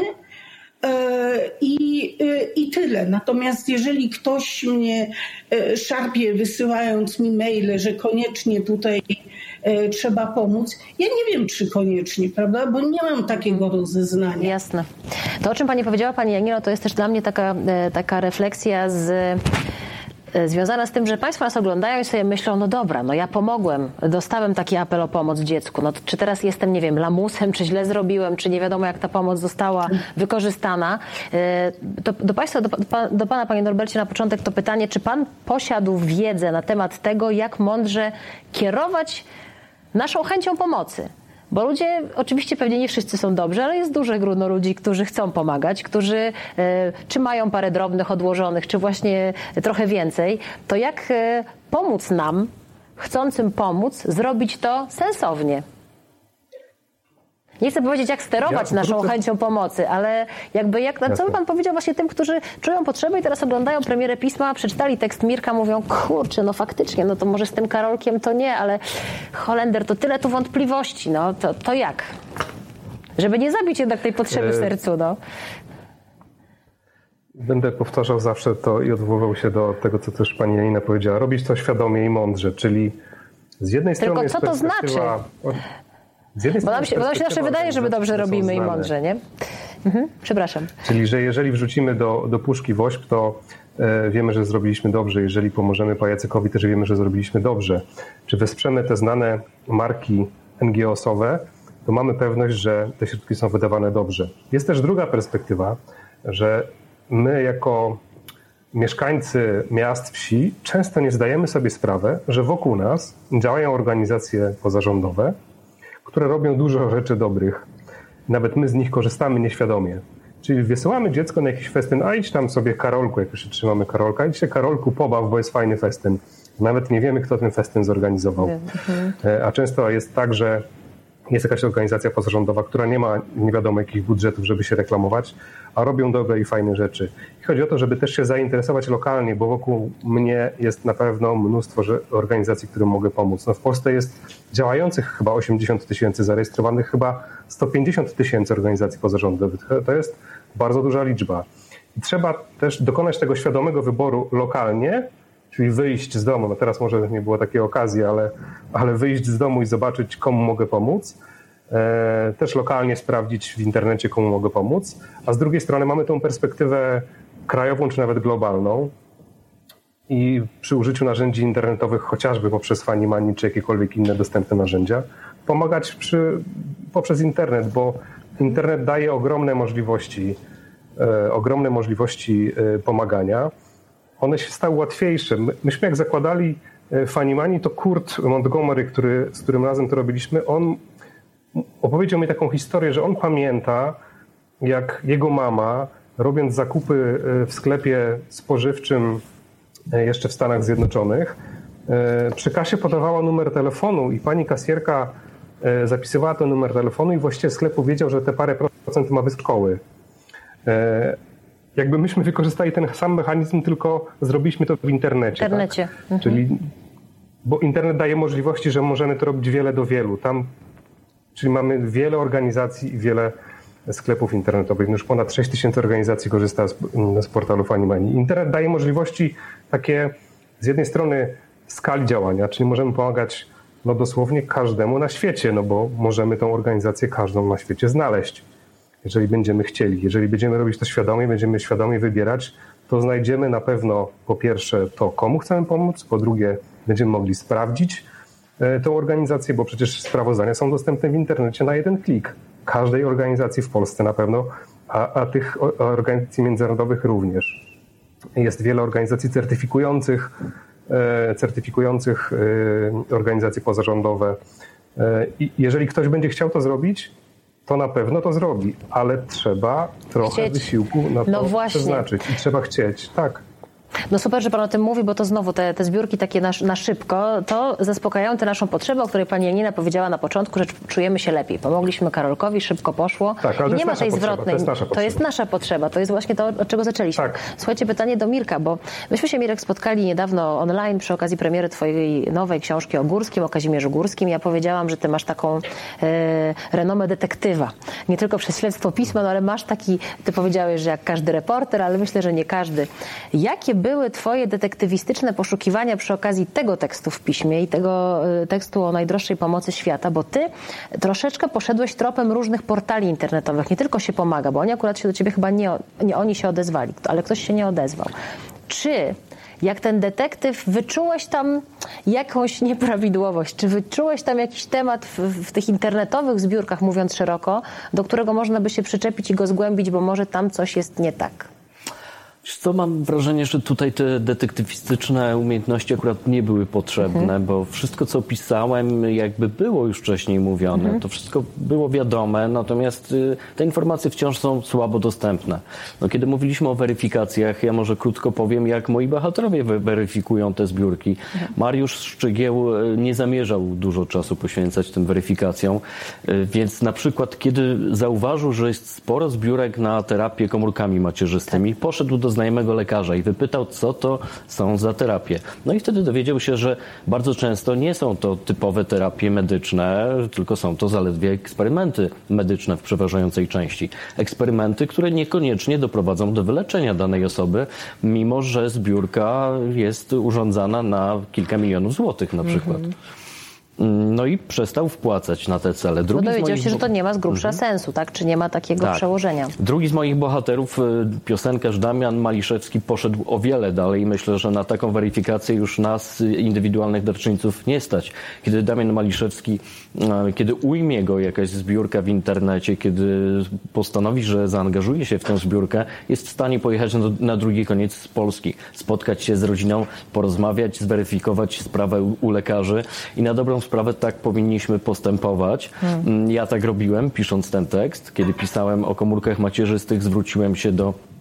I, i tyle. Natomiast jeżeli ktoś mnie szarpie, wysyłając mi maile, że koniecznie tutaj trzeba pomóc, ja nie wiem, czy koniecznie, prawda? Bo nie mam takiego rozeznania. Jasne. To, o czym pani powiedziała, pani Janino, to jest też dla mnie taka, taka refleksja z... związana z tym, że państwo nas oglądają i sobie myślą, no dobra, no ja pomogłem, dostałem taki apel o pomoc dziecku, no czy teraz jestem, nie wiem, lamusem, czy źle zrobiłem, czy nie wiadomo, jak ta pomoc została wykorzystana. To do państwa, do, do pana, panie Norbercie, na początek to pytanie, czy pan posiadł wiedzę na temat tego, jak mądrze kierować naszą chęcią pomocy? Bo ludzie, oczywiście pewnie nie wszyscy są dobrzy, ale jest duże grono ludzi, którzy chcą pomagać, którzy e, czy mają parę drobnych odłożonych, czy właśnie trochę więcej. To jak e, pomóc nam, chcącym pomóc, zrobić to sensownie? Nie chcę powiedzieć, jak sterować ja, naszą chęcią pomocy, ale jakby jak, co by pan powiedział właśnie tym, którzy czują potrzebę i teraz oglądają premierę Pisma, przeczytali tekst Mirka, mówią, kurczę, no faktycznie, no to może z tym Karolkiem to nie, ale Holender, to tyle tu wątpliwości, no to, to jak? Żeby nie zabić jednak tej potrzeby w sercu, no. Będę powtarzał zawsze to i odwoływał się do tego, co też pani Janina powiedziała, robić to świadomie i mądrze, czyli z jednej Tylko strony... Tylko co to znaczy? Bo nam się, bo nam się zawsze wydaje, że my dobrze robimy i mądrze, nie? Mhm, przepraszam. Czyli, że jeżeli wrzucimy do, do puszki woźb, to e, wiemy, że zrobiliśmy dobrze. Jeżeli pomożemy pajacykowi, też wiemy, że zrobiliśmy dobrze. Czy wesprzemy te znane marki en ge osowe, to mamy pewność, że te środki są wydawane dobrze. Jest też druga perspektywa, że my jako mieszkańcy miast, wsi często nie zdajemy sobie sprawy, że wokół nas działają organizacje pozarządowe, które robią dużo rzeczy dobrych. Nawet my z nich korzystamy nieświadomie. Czyli wysyłamy dziecko na jakiś festyn, a idź tam sobie Karolku, jak już się trzymamy Karolka, idź się Karolku pobaw, bo jest fajny festyn. Nawet nie wiemy, kto ten festyn zorganizował. Mhm. A często jest tak, że jest jakaś organizacja pozarządowa, która nie ma nie wiadomo jakich budżetów, żeby się reklamować, a robią dobre i fajne rzeczy. I chodzi o to, żeby też się zainteresować lokalnie, bo wokół mnie jest na pewno mnóstwo organizacji, którym mogę pomóc. No w Polsce jest działających chyba osiemdziesiąt tysięcy, zarejestrowanych chyba sto pięćdziesiąt tysięcy organizacji pozarządowych. To jest bardzo duża liczba. I trzeba też dokonać tego świadomego wyboru lokalnie, czyli wyjść z domu. No teraz może nie było takiej okazji, ale, ale wyjść z domu i zobaczyć, komu mogę pomóc. E, też lokalnie sprawdzić w internecie, komu mogę pomóc. A z drugiej strony mamy tą perspektywę krajową, czy nawet globalną. I przy użyciu narzędzi internetowych, chociażby poprzez Funimani, czy jakiekolwiek inne dostępne narzędzia, pomagać przy, poprzez internet, bo internet daje ogromne możliwości, e, ogromne możliwości e, pomagania. One się stały łatwiejsze. My, myśmy jak zakładali Funimani, to Kurt Montgomery, który, z którym razem to robiliśmy, on opowiedział mi taką historię, że on pamięta, jak jego mama, robiąc zakupy w sklepie spożywczym jeszcze w Stanach Zjednoczonych, przy kasie podawała numer telefonu i pani kasjerka zapisywała ten numer telefonu i właściciel sklepu wiedział, że te parę procent ma z szkoły. Jakby myśmy wykorzystali ten sam mechanizm, tylko zrobiliśmy to w internecie. W internecie. Tak? Mhm. Czyli, bo internet daje możliwości, że możemy to robić wiele do wielu. Tam, czyli mamy wiele organizacji i wiele sklepów internetowych. Już ponad sześć tysięcy organizacji korzysta z, z portalu Funimani. Internet daje możliwości takie z jednej strony skali działania, czyli możemy pomagać no dosłownie każdemu na świecie, no bo możemy tą organizację każdą na świecie znaleźć. Jeżeli będziemy chcieli, jeżeli będziemy robić to świadomie, będziemy świadomie wybierać, to znajdziemy na pewno po pierwsze to, komu chcemy pomóc, po drugie będziemy mogli sprawdzić tą organizację, bo przecież sprawozdania są dostępne w internecie na jeden klik. Każdej organizacji w Polsce na pewno, a, a tych organizacji międzynarodowych również. Jest wiele organizacji certyfikujących, certyfikujących organizacje pozarządowe. I jeżeli ktoś będzie chciał to zrobić, to na pewno to zrobi, ale trzeba trochę chcieć. wysiłku na to no przeznaczyć i trzeba chcieć, tak. No super, że Pan o tym mówi, bo to znowu te, te zbiórki takie na, na szybko, to zaspokajają tę naszą potrzebę, o której Pani Janina powiedziała na początku, że czujemy się lepiej. Pomogliśmy Karolkowi, szybko poszło. Tak, ale I nie ma tej potrzeba. zwrotnej. To jest, nasza to jest nasza potrzeba. To jest właśnie to, od czego zaczęliśmy. Tak. Słuchajcie, pytanie do Mirka, bo myśmy się, Mirek, spotkali niedawno online przy okazji premiery Twojej nowej książki o Górskim, o Kazimierzu Górskim. Ja powiedziałam, że Ty masz taką e, renomę detektywa. Nie tylko przez śledztwo pisma, no ale masz taki, Ty powiedziałeś, że jak każdy reporter, ale myślę, że nie każdy. Jakie były Twoje detektywistyczne poszukiwania przy okazji tego tekstu w piśmie i tego tekstu o najdroższej pomocy świata, bo ty troszeczkę poszedłeś tropem różnych portali internetowych. Nie tylko się pomaga, bo oni akurat się do ciebie chyba nie, nie oni się odezwali, ale ktoś się nie odezwał. Czy jak ten detektyw wyczułeś tam jakąś nieprawidłowość, czy wyczułeś tam jakiś temat w, w tych internetowych zbiórkach, mówiąc szeroko, do którego można by się przyczepić i go zgłębić, bo może tam coś jest nie tak? To mam wrażenie, że tutaj te detektywistyczne umiejętności akurat nie były potrzebne, mhm. bo wszystko, co pisałem, jakby było już wcześniej mówione, mhm. to wszystko było wiadome, natomiast te informacje wciąż są słabo dostępne. No, kiedy mówiliśmy o weryfikacjach, ja może krótko powiem, jak moi bohaterowie weryfikują te zbiórki. Mhm. Mariusz Szczygieł nie zamierzał dużo czasu poświęcać tym weryfikacjom, więc na przykład, kiedy zauważył, że jest sporo zbiórek na terapię komórkami macierzystymi, tak. poszedł do znajomego lekarza i wypytał, co to są za terapie. No i wtedy dowiedział się, że bardzo często nie są to typowe terapie medyczne, tylko są to zaledwie eksperymenty medyczne w przeważającej części. Eksperymenty, które niekoniecznie doprowadzą do wyleczenia danej osoby, mimo że zbiórka jest urządzana na kilka milionów złotych na przykład. Mm-hmm. No i przestał wpłacać na te cele. Drugi no dowiedział moich... się, że to nie ma z grubsza mhm. sensu, tak? Czy nie ma takiego tak. przełożenia. Drugi z moich bohaterów, piosenkarz Damian Maliszewski, poszedł o wiele dalej. Myślę, że na taką weryfikację już nas, indywidualnych darczyńców, nie stać. Kiedy Damian Maliszewski, kiedy ujmie go jakaś zbiórka w internecie, kiedy postanowi, że zaangażuje się w tę zbiórkę, jest w stanie pojechać na, na drugi koniec Polski, spotkać się z rodziną, porozmawiać, zweryfikować sprawę u, u lekarzy i na dobrą sprawę tak powinniśmy postępować. Hmm. Ja tak robiłem, pisząc ten tekst. Kiedy pisałem o komórkach macierzystych, zwróciłem się do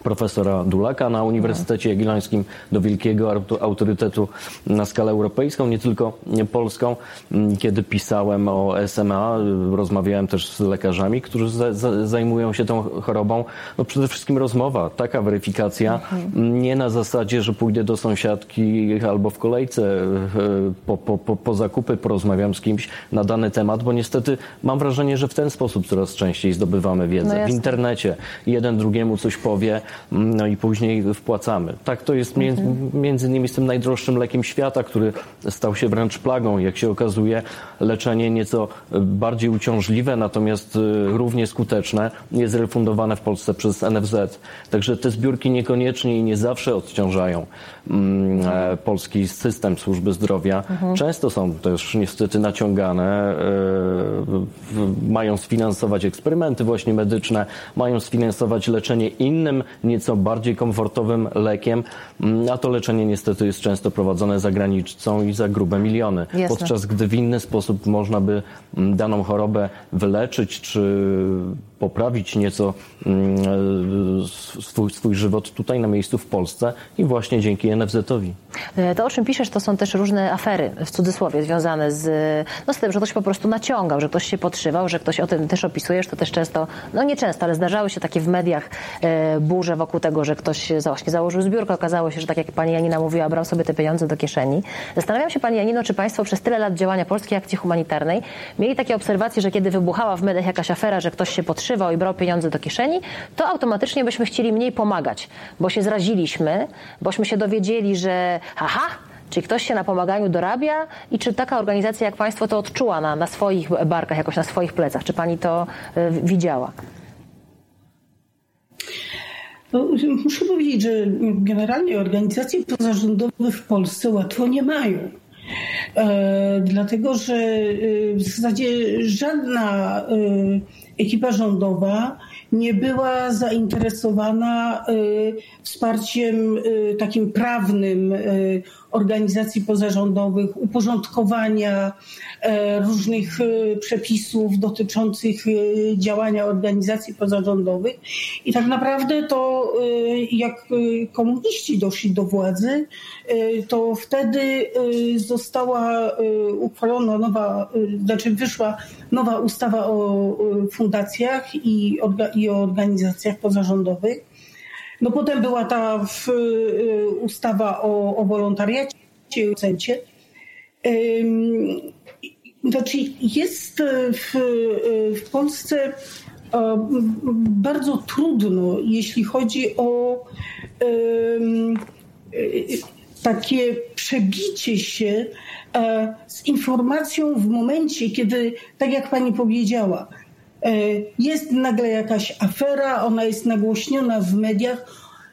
profesora Dulaka na Uniwersytecie Jagiellońskim do wielkiego autorytetu na skalę europejską, nie tylko polską. Kiedy pisałem o S M A, rozmawiałem też z lekarzami, którzy za, za, zajmują się tą chorobą. No przede wszystkim rozmowa, taka weryfikacja, mhm. nie na zasadzie, że pójdę do sąsiadki albo w kolejce po, po, po, po zakupy, porozmawiam z kimś na dany temat, bo niestety mam wrażenie, że w ten sposób coraz częściej zdobywamy wiedzę. No w internecie jeden drugiemu coś powie, no i później wpłacamy. Tak to jest między, między innymi z tym najdroższym lekiem świata, który stał się wręcz plagą. Jak się okazuje, leczenie nieco bardziej uciążliwe, natomiast równie skuteczne, jest refundowane w Polsce przez N F Z. Także te zbiórki niekoniecznie i nie zawsze odciążają mm, polski system służby zdrowia. Mhm. Często są też niestety naciągane, y, mają sfinansować eksperymenty właśnie medyczne, mają sfinansować leczenie innym, nieco bardziej komfortowym lekiem, a to leczenie niestety jest często prowadzone za granicą i za grube miliony. Jasne. Podczas gdy w inny sposób można by daną chorobę wyleczyć, czy poprawić nieco swój, swój żywot tutaj na miejscu w Polsce i właśnie dzięki N F Z-owi. To, o czym piszesz, to są też różne afery, w cudzysłowie, związane z, no z tym, że ktoś po prostu naciągał, że ktoś się podszywał, że ktoś, o tym też opisujesz, to też często, no nie często, ale zdarzały się takie w mediach e, burze wokół tego, że ktoś właśnie założył zbiórkę. Okazało się, że tak jak pani Janina mówiła, brał sobie te pieniądze do kieszeni. Zastanawiam się, pani Janino, czy państwo przez tyle lat działania Polskiej Akcji Humanitarnej mieli takie obserwacje, że kiedy wybuchała w mediach jakaś afera, że ktoś się podszywał i brał pieniądze do kieszeni, to automatycznie byśmy chcieli mniej pomagać, bo się zraziliśmy, bośmy się dowiedzieli, że aha, czy ktoś się na pomaganiu dorabia i czy taka organizacja jak państwo to odczuła na, na swoich barkach, jakoś na swoich plecach? Czy pani to y, widziała? No, muszę powiedzieć, że generalnie organizacje pozarządowe w Polsce łatwo nie mają. E, dlatego, że w zasadzie żadna e, ekipa rządowa nie była zainteresowana e, wsparciem e, takim prawnym e, organizacji pozarządowych, uporządkowania e, różnych e, przepisów dotyczących e, działania organizacji pozarządowych. I tak naprawdę to e, jak komuniści doszli do władzy, e, to wtedy e, została e, uchwalona nowa, e, znaczy wyszła nowa ustawa o e, fundacjach i, orga, i o organizacjach pozarządowych. No potem była ta w, y, ustawa o, o wolontariacie i ocencie. Ym, znaczy jest w, w Polsce y, bardzo trudno, jeśli chodzi o y, y, takie przebicie się y, z informacją w momencie, kiedy, tak jak pani powiedziała, jest nagle jakaś afera, ona jest nagłośniona w mediach,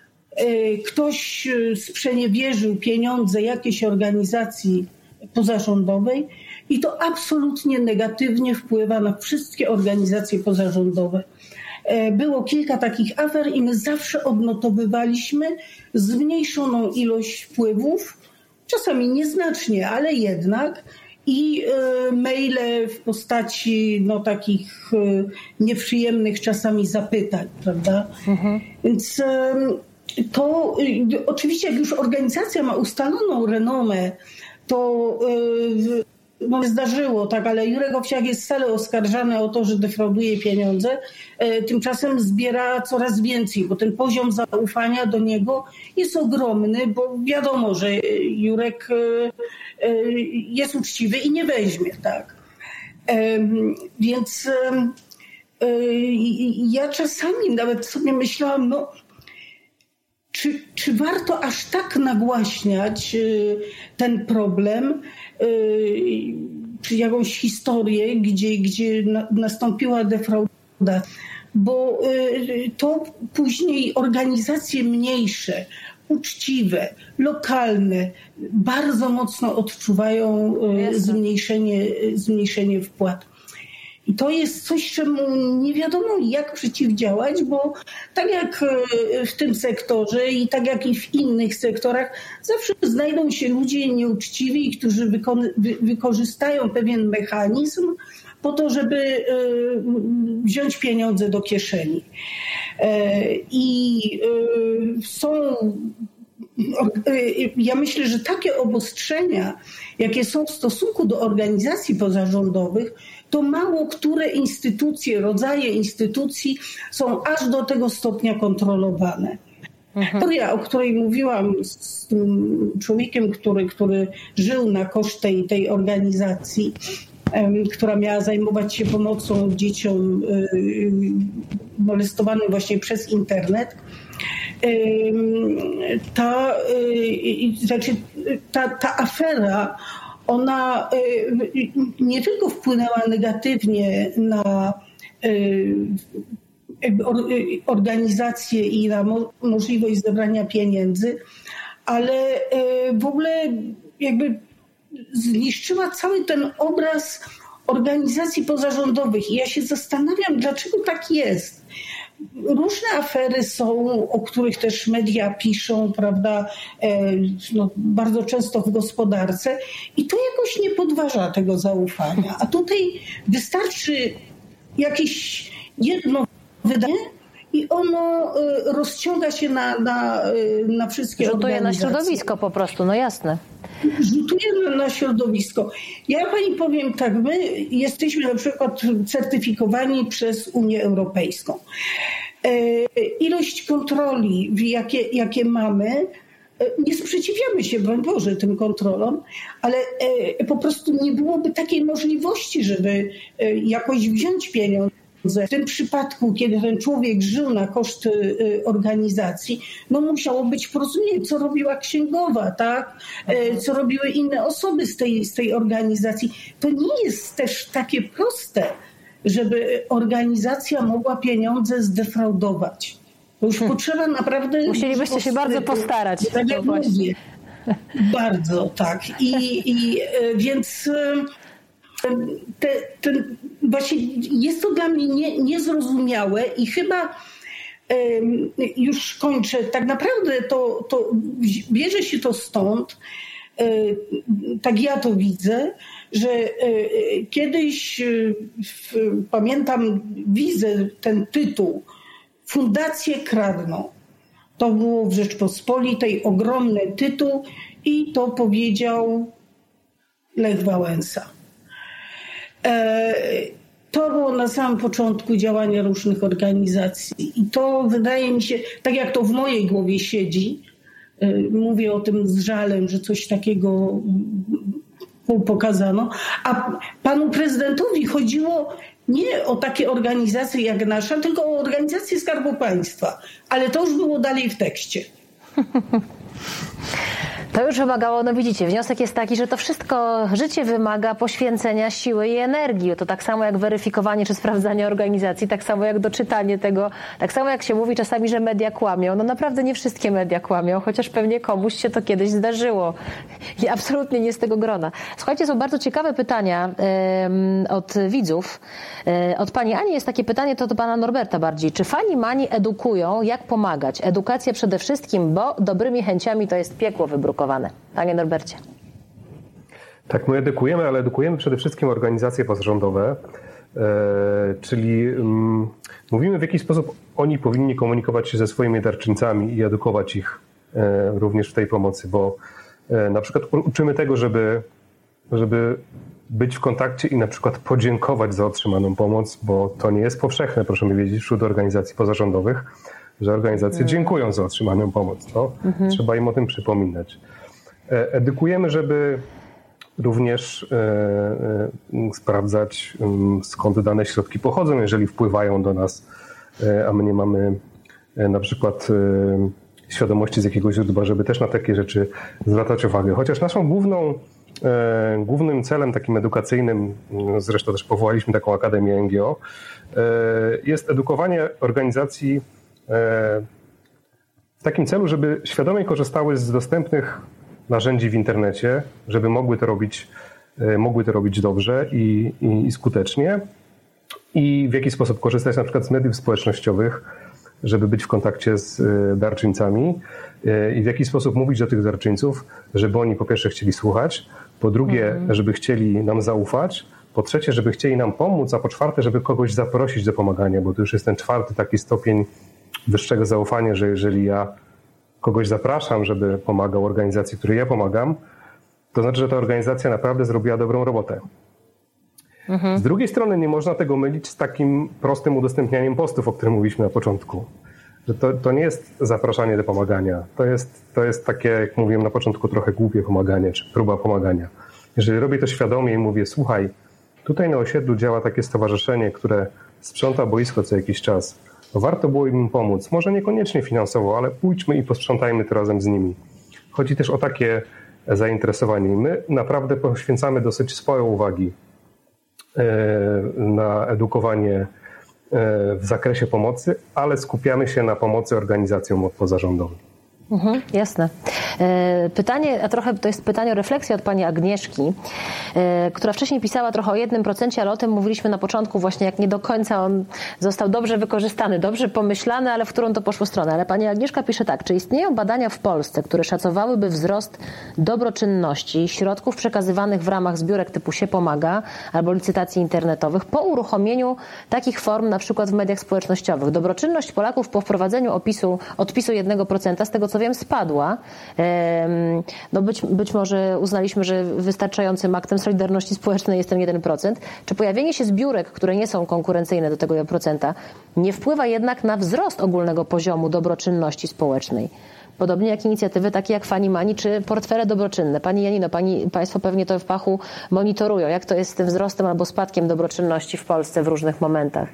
ktoś sprzeniewierzył pieniądze jakiejś organizacji pozarządowej i to absolutnie negatywnie wpływa na wszystkie organizacje pozarządowe. Było kilka takich afer i my zawsze odnotowywaliśmy zmniejszoną ilość wpływów, czasami nieznacznie, ale jednak, i y, maile w postaci no, takich y, nieprzyjemnych czasami zapytań, prawda? Mhm. Więc y, to y, oczywiście jak już organizacja ma ustaloną renomę, to y, no, zdarzyło, tak, ale Jurek Owsiak jest stale oskarżany o to, że defrauduje pieniądze. Y, tymczasem zbiera coraz więcej, bo ten poziom zaufania do niego jest ogromny, bo wiadomo, że Jurek y, jest uczciwy i nie weźmie, tak. Więc ja czasami nawet sobie myślałam, no czy, czy warto aż tak nagłaśniać ten problem, czy jakąś historię, gdzie, gdzie nastąpiła defraudacja, bo to później organizacje mniejsze, uczciwe, lokalne, bardzo mocno odczuwają zmniejszenie, zmniejszenie wpłat. I to jest coś, czemu nie wiadomo jak przeciwdziałać, bo tak jak w tym sektorze i tak jak i w innych sektorach, zawsze znajdą się ludzie nieuczciwi, którzy wyko- wy- wykorzystają pewien mechanizm po to, żeby wziąć pieniądze do kieszeni. I są, ja myślę, że takie obostrzenia, jakie są w stosunku do organizacji pozarządowych, to mało które instytucje, rodzaje instytucji są aż do tego stopnia kontrolowane. Historia, o której mówiłam z tym człowiekiem, który, który żył na koszt tej, tej organizacji, która miała zajmować się pomocą dzieciom molestowanym właśnie przez internet, ta, znaczy, ta, ta afera, ona nie tylko wpłynęła negatywnie na organizację i na możliwość zebrania pieniędzy, ale w ogóle jakby zniszczyła cały ten obraz organizacji pozarządowych. I ja się zastanawiam, dlaczego tak jest. Różne afery są, o których też media piszą, prawda, no, bardzo często w gospodarce i to jakoś nie podważa tego zaufania. A tutaj wystarczy jakieś jedno wydanie i ono rozciąga się na, na, na wszystkie Rzutuje organizacje. na środowisko po prostu, no jasne. Rzutuje na, na środowisko. Ja pani powiem tak, my jesteśmy na przykład certyfikowani przez Unię Europejską. Ilość kontroli, jakie, jakie mamy, nie sprzeciwiamy się, broń Boże, tym kontrolom, ale po prostu nie byłoby takiej możliwości, żeby jakoś wziąć pieniądze. W tym przypadku, kiedy ten człowiek żył na koszt organizacji, no musiało być porozumienie, co robiła księgowa, tak? Co robiły inne osoby z tej, z tej organizacji. To nie jest też takie proste, żeby organizacja mogła pieniądze zdefraudować. To już potrzeba naprawdę... Musielibyście się bardzo postarać. Tak jak mówię. Bardzo, tak. I, i więc... Te, te, właśnie jest to dla mnie nie, niezrozumiałe i chyba um, już kończę. Tak naprawdę to, to bierze się to stąd, um, tak ja to widzę, że um, kiedyś w, pamiętam, widzę ten tytuł Fundacje kradną. To było w Rzeczpospolitej ogromny tytuł i to powiedział Lech Wałęsa. To było na samym początku działania różnych organizacji i to wydaje mi się, tak jak to w mojej głowie siedzi, mówię o tym z żalem, że coś takiego pokazano, a panu prezydentowi chodziło nie o takie organizacje jak nasza, tylko o organizacje Skarbu Państwa, ale to już było dalej w tekście. To już wymagało, no widzicie, wniosek jest taki, że to wszystko, życie wymaga poświęcenia siły i energii. To tak samo jak weryfikowanie czy sprawdzanie organizacji, tak samo jak doczytanie tego, tak samo jak się mówi czasami, że media kłamią. No naprawdę nie wszystkie media kłamią, chociaż pewnie komuś się to kiedyś zdarzyło. I absolutnie nie z tego grona. Słuchajcie, są bardzo ciekawe pytania um, od widzów. Um, od pani Ani jest takie pytanie, to do pana Norberta bardziej. Czy Fani Mani edukują, jak pomagać? Edukacja przede wszystkim, bo dobrymi chęciami to jest piekło wybrukowane. Panie Norbercie. Tak, my edukujemy, ale edukujemy przede wszystkim organizacje pozarządowe, e, czyli mm, mówimy w jaki sposób oni powinni komunikować się ze swoimi darczyńcami i edukować ich e, również w tej pomocy, bo e, na przykład uczymy tego, żeby, żeby być w kontakcie i na przykład podziękować za otrzymaną pomoc, bo to nie jest powszechne, proszę mi wiedzieć, wśród organizacji pozarządowych, że organizacje mm. dziękują za otrzymaną pomoc. No? Mm-hmm. Trzeba im o tym przypominać. Edukujemy, żeby również e, e, sprawdzać, e, skąd dane środki pochodzą, jeżeli wpływają do nas, e, a my nie mamy e, na przykład e, świadomości z jakiegoś źródła, żeby też na takie rzeczy zwracać uwagę. Chociaż naszą główną, e, głównym celem takim edukacyjnym, zresztą też powołaliśmy taką Akademię N G O, e, jest edukowanie organizacji e, w takim celu, żeby świadomie korzystały z dostępnych narzędzi w internecie, żeby mogły to robić, mogły to robić dobrze i, i, i skutecznie i w jaki sposób korzystać na przykład z mediów społecznościowych, żeby być w kontakcie z darczyńcami i w jaki sposób mówić do tych darczyńców, żeby oni po pierwsze chcieli słuchać, po drugie, mhm. żeby chcieli nam zaufać, Po trzecie, żeby chcieli nam pomóc, a po czwarte, żeby kogoś zaprosić do pomagania, bo to już jest ten czwarty taki stopień wyższego zaufania, że jeżeli ja kogoś zapraszam, żeby pomagał organizacji, której ja pomagam, to znaczy, że ta organizacja naprawdę zrobiła dobrą robotę. Mhm. Z drugiej strony nie można tego mylić z takim prostym udostępnianiem postów, o którym mówiliśmy na początku. Że to, to nie jest zapraszanie do pomagania. To jest, to jest takie, jak mówiłem na początku, trochę głupie pomaganie, czy próba pomagania. Jeżeli robię to świadomie i mówię, słuchaj, tutaj na osiedlu działa takie stowarzyszenie, które sprząta boisko co jakiś czas. No warto było im pomóc. Może niekoniecznie finansowo, ale pójdźmy i posprzątajmy to razem z nimi. Chodzi też o takie zainteresowanie. My naprawdę poświęcamy dosyć sporo uwagi na edukowanie w zakresie pomocy, ale skupiamy się na pomocy organizacjom pozarządowym. Mhm, jasne. Pytanie, a trochę to jest pytanie o refleksję od pani Agnieszki, która wcześniej pisała trochę o jednym procencie, ale o tym mówiliśmy na początku właśnie, jak nie do końca on został dobrze wykorzystany, dobrze pomyślany, ale w którą to poszło stronę. Ale pani Agnieszka pisze tak, czy istnieją badania w Polsce, które szacowałyby wzrost dobroczynności, środków przekazywanych w ramach zbiórek typu Się Pomaga albo licytacji internetowych po uruchomieniu takich form na przykład w mediach społecznościowych? Dobroczynność Polaków po wprowadzeniu opisu, odpisu jednego procenta, z tego co wiem, spadła. No być, być może uznaliśmy, że wystarczającym aktem solidarności społecznej jest ten jeden procent. Czy pojawienie się zbiórek, które nie są konkurencyjne do tego jeden procenta, nie wpływa jednak na wzrost ogólnego poziomu dobroczynności społecznej? Podobnie jak inicjatywy takie jak Funny Money czy portfele dobroczynne. Pani Janino, pani, państwo pewnie to w fachu monitorują. Jak to jest z tym wzrostem albo spadkiem dobroczynności w Polsce w różnych momentach?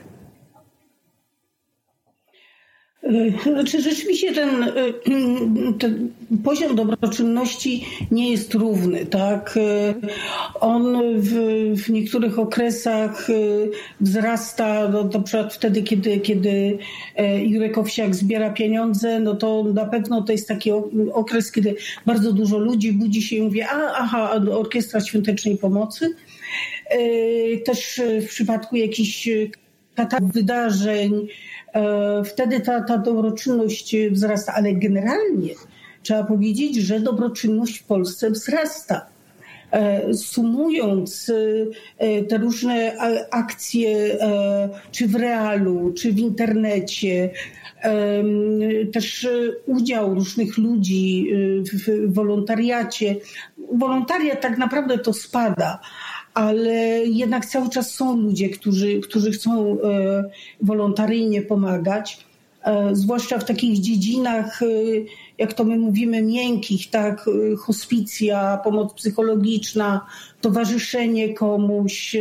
Znaczy, rzeczywiście ten, ten poziom dobroczynności nie jest równy, tak? On w, w niektórych okresach wzrasta, no, na przykład wtedy, kiedy, kiedy Jurek Owsiak zbiera pieniądze, no to na pewno to jest taki okres, kiedy bardzo dużo ludzi budzi się i mówi, a, aha, Orkiestra Świątecznej Pomocy. Też w przypadku jakichś wydarzeń, wtedy ta, ta dobroczynność wzrasta, ale generalnie trzeba powiedzieć, że dobroczynność w Polsce wzrasta. Sumując te różne akcje, czy w realu, czy w internecie, też udział różnych ludzi w wolontariacie. Wolontariat tak naprawdę to spada, ale jednak cały czas są ludzie, którzy, którzy chcą wolontaryjnie pomagać, zwłaszcza w takich dziedzinach, jak to my mówimy, miękkich, tak, hospicja, pomoc psychologiczna, towarzyszenie komuś.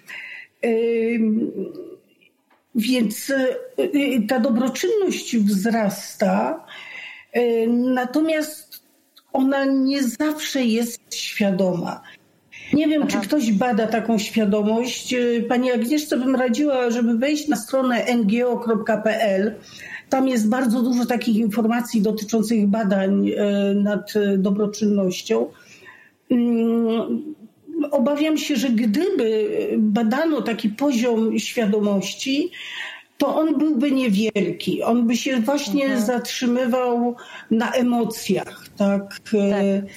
Więc ta dobroczynność wzrasta, natomiast ona nie zawsze jest świadoma. Nie wiem, Aha. czy ktoś bada taką świadomość. Pani Agnieszce bym radziła, żeby wejść na stronę en ge o kropka pe el. Tam jest bardzo dużo takich informacji dotyczących badań nad dobroczynnością. Obawiam się, że gdyby badano taki poziom świadomości, to on byłby niewielki. On by się właśnie mhm. zatrzymywał na emocjach, tak? tak.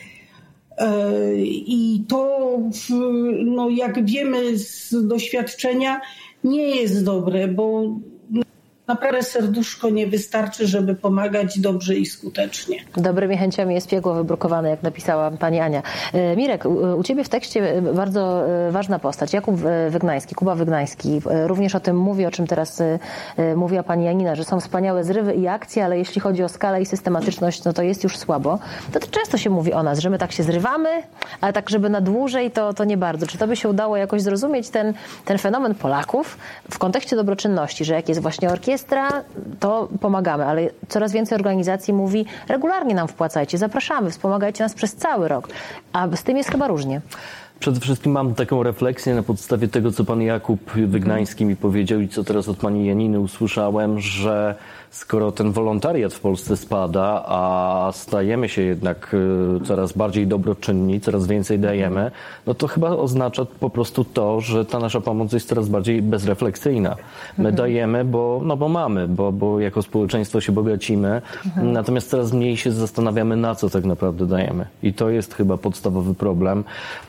I to, no jak wiemy z doświadczenia, nie jest dobre, bo naprawdę serduszko nie wystarczy, żeby pomagać dobrze i skutecznie. Dobrymi chęciami jest piekło wybrukowane, jak napisała pani Ania. Mirek, u ciebie w tekście bardzo ważna postać. Jakub Wygnański, Kuba Wygnański również o tym mówi, o czym teraz mówiła pani Janina, że są wspaniałe zrywy i akcje, ale jeśli chodzi o skalę i systematyczność, no to jest już słabo. To, to często się mówi o nas, że my tak się zrywamy, ale tak, żeby na dłużej, to, to nie bardzo. Czy to by się udało jakoś zrozumieć ten, ten fenomen Polaków w kontekście dobroczynności, że jak jest właśnie orkiestra, to pomagamy, ale coraz więcej organizacji mówi, regularnie nam wpłacajcie, zapraszamy, wspomagajcie nas przez cały rok, a z tym jest chyba różnie. Przede wszystkim mam taką refleksję na podstawie tego, co pan Jakub Wygnański mi powiedział i co teraz od pani Janiny usłyszałem, że skoro ten wolontariat w Polsce spada, a stajemy się jednak coraz bardziej dobroczynni, coraz więcej dajemy, no to chyba oznacza po prostu to, że ta nasza pomoc jest coraz bardziej bezrefleksyjna. My mhm. dajemy, bo, no bo mamy, bo, bo jako społeczeństwo się bogacimy, mhm. natomiast coraz mniej się zastanawiamy, na co tak naprawdę dajemy. I to jest chyba podstawowy problem. To jest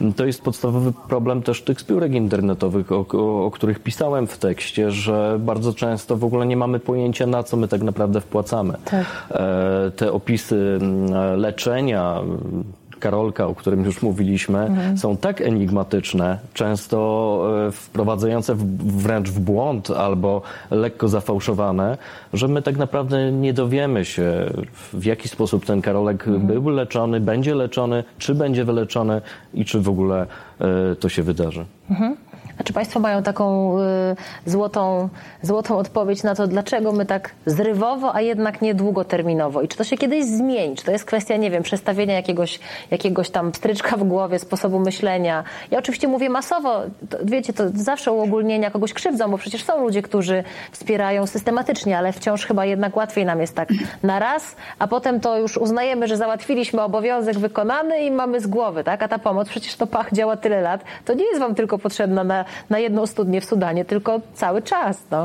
jest podstawowy problem też tych zbiórek internetowych, o, o, o których pisałem w tekście, że bardzo często w ogóle nie mamy pojęcia, na co my tak naprawdę wpłacamy. Tak. Te opisy leczenia Karolka, o którym już mówiliśmy, mhm. są tak enigmatyczne, często wprowadzające wręcz w błąd albo lekko zafałszowane, że my tak naprawdę nie dowiemy się, w jaki sposób ten Karolek mhm. był leczony, będzie leczony, czy będzie wyleczony i czy w ogóle to się wydarzy. Mhm. A czy Państwo mają taką y, złotą, złotą odpowiedź na to, dlaczego my tak zrywowo, a jednak nie długoterminowo? I czy to się kiedyś zmieni? Czy to jest kwestia, nie wiem, przestawienia jakiegoś, jakiegoś tam pstryczka w głowie, sposobu myślenia? Ja oczywiście mówię masowo, to, wiecie, to zawsze uogólnienia kogoś krzywdzą, bo przecież są ludzie, którzy wspierają systematycznie, ale wciąż chyba jednak łatwiej nam jest tak na raz, a potem to już uznajemy, że załatwiliśmy obowiązek wykonany i mamy z głowy, tak? A ta pomoc, przecież to P A H działa tyle lat, to nie jest wam tylko potrzebna na na jedną studnię w Sudanie, tylko cały czas, no.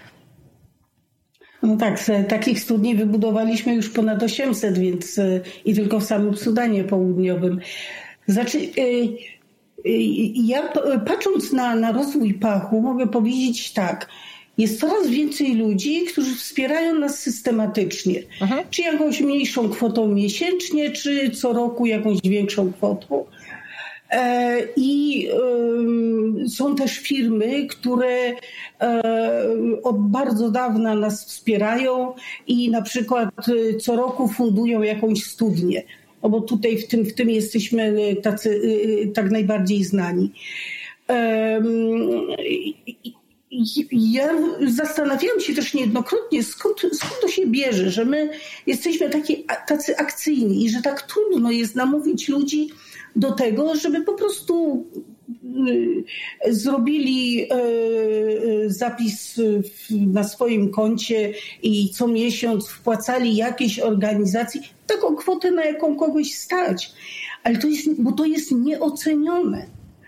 No tak, takich studni wybudowaliśmy już ponad osiemset, więc i tylko w samym Sudanie Południowym. Znaczy, ja patrząc na, na rozwój P A H u mogę powiedzieć tak, jest coraz więcej ludzi, którzy wspierają nas systematycznie. Aha. Czy jakąś mniejszą kwotą miesięcznie, czy co roku jakąś większą kwotą. I są też firmy, które od bardzo dawna nas wspierają i na przykład co roku fundują jakąś studnię. No bo tutaj w tym, w tym jesteśmy tacy, tak najbardziej znani. Ja zastanawiałam się też niejednokrotnie, skąd, skąd to się bierze, że my jesteśmy taki, tacy akcyjni i że tak trudno jest namówić ludzi do tego, żeby po prostu zrobili zapis na swoim koncie i co miesiąc wpłacali jakiejś organizacji taką kwotę, na jaką kogoś stać. Ale to jest, bo to jest nieocenione.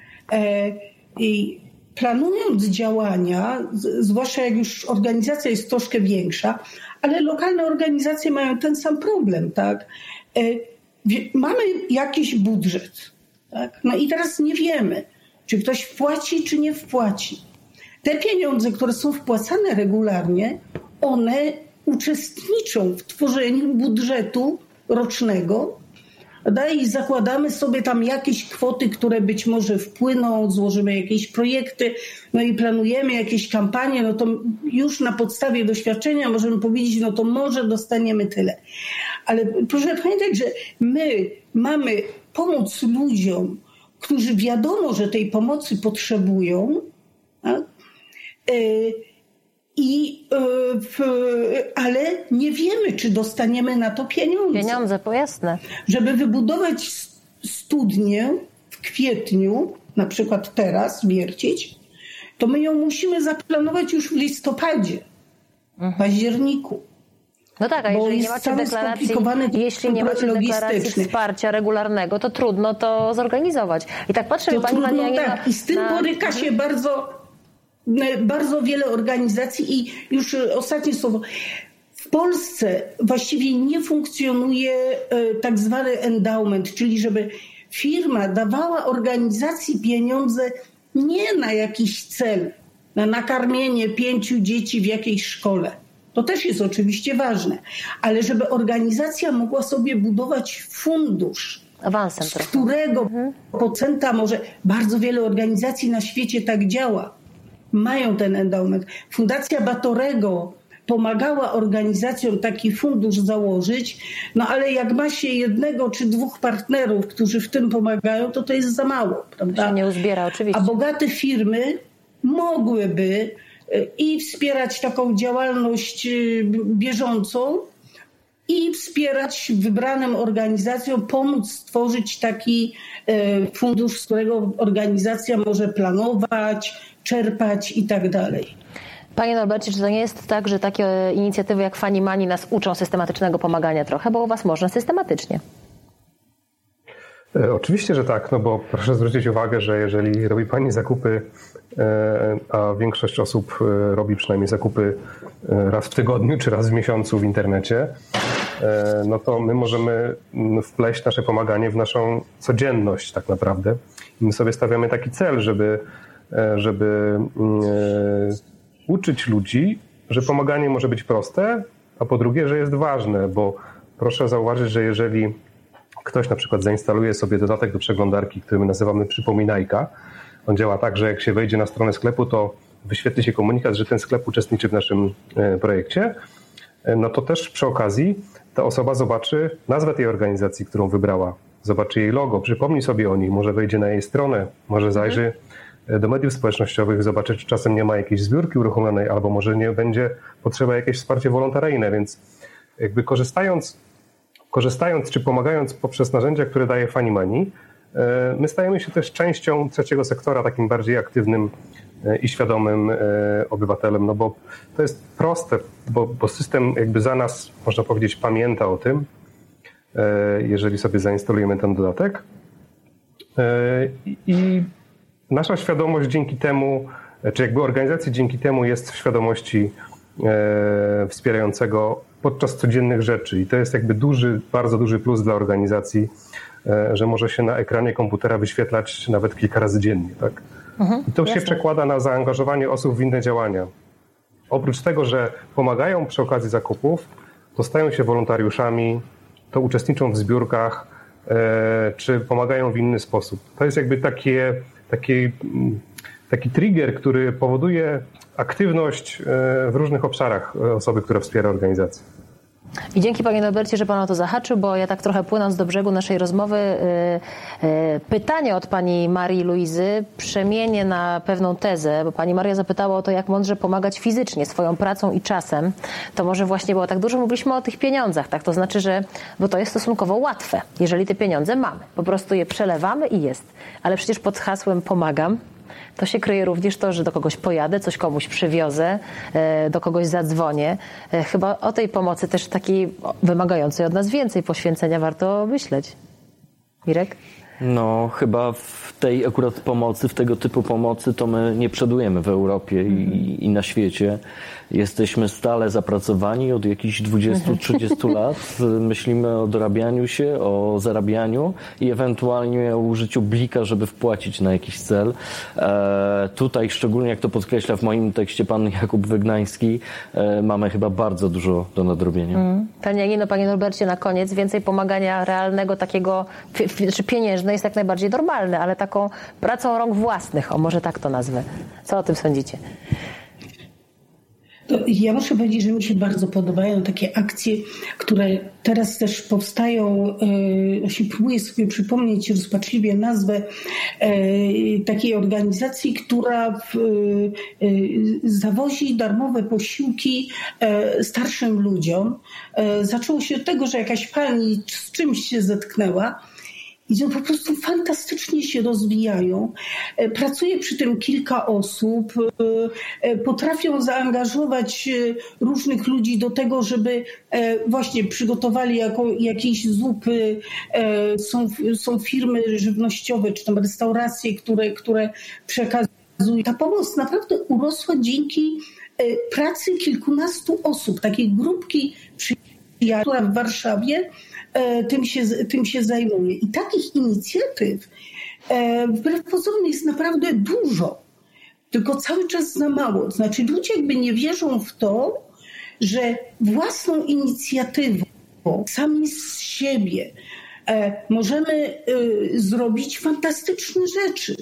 I planując działania, zwłaszcza jak już organizacja jest troszkę większa, ale lokalne organizacje mają ten sam problem, tak? Mamy jakiś budżet, tak? No i teraz nie wiemy, czy ktoś wpłaci, czy nie wpłaci. Te pieniądze, które są wpłacane regularnie, one uczestniczą w tworzeniu budżetu rocznego, prawda? I zakładamy sobie tam jakieś kwoty, które być może wpłyną, złożymy jakieś projekty, no i planujemy jakieś kampanie, no to już na podstawie doświadczenia możemy powiedzieć, no to może dostaniemy tyle. Ale proszę pamiętać, że my mamy pomóc ludziom, którzy wiadomo, że tej pomocy potrzebują, tak? I, w, ale nie wiemy, czy dostaniemy na to pieniądze. Pieniądze, to jasne. Żeby wybudować studnię w kwietniu, na przykład teraz wiercić, to my ją musimy zaplanować już w listopadzie, mhm. październiku. No tak, a jeżeli nie macie deklaracji, jeśli nie macie deklaracji wsparcia regularnego, to trudno to zorganizować. I tak patrzę, to pani trudno, Marianie, tak. I z tym na... boryka się bardzo, bardzo wiele organizacji i już ostatnie słowo. W Polsce właściwie nie funkcjonuje tak zwany endowment, czyli żeby firma dawała organizacji pieniądze nie na jakiś cel, na nakarmienie pięciu dzieci w jakiejś szkole. To też jest oczywiście ważne, ale żeby organizacja mogła sobie budować fundusz, awansem z którego mhm. procenta może bardzo wiele organizacji na świecie tak działa, mają ten endowment. Fundacja Batorego pomagała organizacjom taki fundusz założyć, no ale jak ma się jednego czy dwóch partnerów, którzy w tym pomagają, to to jest za mało, prawda? To się nie uzbiera, oczywiście. A bogate firmy mogłyby i wspierać taką działalność bieżącą i wspierać wybranym organizacjom, pomóc stworzyć taki fundusz, z którego organizacja może planować, czerpać i tak dalej. Panie Norbercie, czy to nie jest tak, że takie inicjatywy jak Funny Money nas uczą systematycznego pomagania trochę, bo u was można systematycznie? Oczywiście, że tak, no bo proszę zwrócić uwagę, że jeżeli robi pani zakupy, a większość osób robi przynajmniej zakupy raz w tygodniu czy raz w miesiącu w internecie, no to my możemy wpleść nasze pomaganie w naszą codzienność tak naprawdę My sobie stawiamy taki cel, żeby, żeby uczyć ludzi, że pomaganie może być proste, a po drugie, że jest ważne, bo proszę zauważyć, że jeżeli ktoś na przykład zainstaluje sobie dodatek do przeglądarki, który my nazywamy przypominajka, on działa tak, że jak się wejdzie na stronę sklepu, to wyświetli się komunikat, że ten sklep uczestniczy w naszym projekcie, no to też przy okazji ta osoba zobaczy nazwę tej organizacji, którą wybrała, zobaczy jej logo, przypomni sobie o niej, może wejdzie na jej stronę, może zajrzy do mediów społecznościowych, zobaczy, czy czasem nie ma jakiejś zbiórki uruchomionej, albo może nie będzie potrzeba jakieś wsparcie wolontaryjne, więc jakby korzystając, korzystając czy pomagając poprzez narzędzia, które daje Funny Money, my stajemy się też częścią trzeciego sektora, takim bardziej aktywnym i świadomym obywatelem, no bo to jest proste, bo, bo system jakby za nas, można powiedzieć, pamięta o tym, jeżeli sobie zainstalujemy ten dodatek. I nasza świadomość dzięki temu, czy jakby organizacja dzięki temu jest w świadomości wspierającego podczas codziennych rzeczy. I to jest jakby duży, bardzo duży plus dla organizacji, że może się na ekranie komputera wyświetlać nawet kilka razy dziennie. Tak? Mhm, I to jasne. się przekłada na zaangażowanie osób w inne działania. Oprócz tego, że pomagają przy okazji zakupów, to stają się wolontariuszami, to uczestniczą w zbiórkach, czy pomagają w inny sposób. To jest jakby takie, taki, taki trigger, który powoduje aktywność w różnych obszarach osoby, która wspiera organizację. I dzięki panie Norbercie, że pan o to zahaczył, bo ja tak trochę płynąc do brzegu naszej rozmowy, yy, yy, pytanie od pani Marii Luizy przemienię na pewną tezę, bo pani Maria zapytała o to, jak mądrze pomagać fizycznie, swoją pracą i czasem. To może właśnie, bo tak dużo mówiliśmy o tych pieniądzach, tak? To znaczy, że, bo to jest stosunkowo łatwe, jeżeli te pieniądze mamy. Po prostu je przelewamy i jest. Ale przecież pod hasłem pomagam, to się kryje również to, że do kogoś pojadę, coś komuś przywiozę, do kogoś zadzwonię. Chyba o tej pomocy też takiej wymagającej od nas więcej poświęcenia warto myśleć. Mirek? No, chyba w tej akurat pomocy, w tego typu pomocy to my nie przodujemy w Europie i, i na świecie. Jesteśmy stale zapracowani od jakichś dwudziestu trzydziestu lat. Myślimy o dorabianiu się, o zarabianiu i ewentualnie o użyciu blika, żeby wpłacić na jakiś cel. E, tutaj, szczególnie jak to podkreśla w moim tekście pan Jakub Wygnański, e, mamy chyba bardzo dużo do nadrobienia. Mm. Panie Janino, panie Norbercie, na koniec więcej pomagania realnego, takiego, czy pieniężne jest jak najbardziej normalne, ale taką pracą rąk własnych, o może tak to nazwę. Co o tym sądzicie? To ja muszę powiedzieć, że mi się bardzo podobają takie akcje, które teraz też powstają. Yy, próbuję sobie przypomnieć rozpaczliwie nazwę yy, takiej organizacji, która w, yy, zawozi darmowe posiłki yy, starszym ludziom. Yy, zaczęło się od tego, że jakaś pani z czymś się zetknęła. I to po prostu fantastycznie się rozwijają. Pracuje przy tym kilka osób, potrafią zaangażować różnych ludzi do tego, żeby właśnie przygotowali jako, jakieś zupy. Są, są firmy żywnościowe, czy tam restauracje, które, które przekazują. Ta pomoc naprawdę urosła dzięki pracy kilkunastu osób, takiej grupki przyjaciół, która w Warszawie Tym się, tym się zajmuje. I takich inicjatyw wbrew pozorom jest naprawdę dużo, tylko cały czas za mało. To znaczy ludzie jakby nie wierzą w to, że własną inicjatywą, sami z siebie możemy zrobić fantastyczne rzeczy.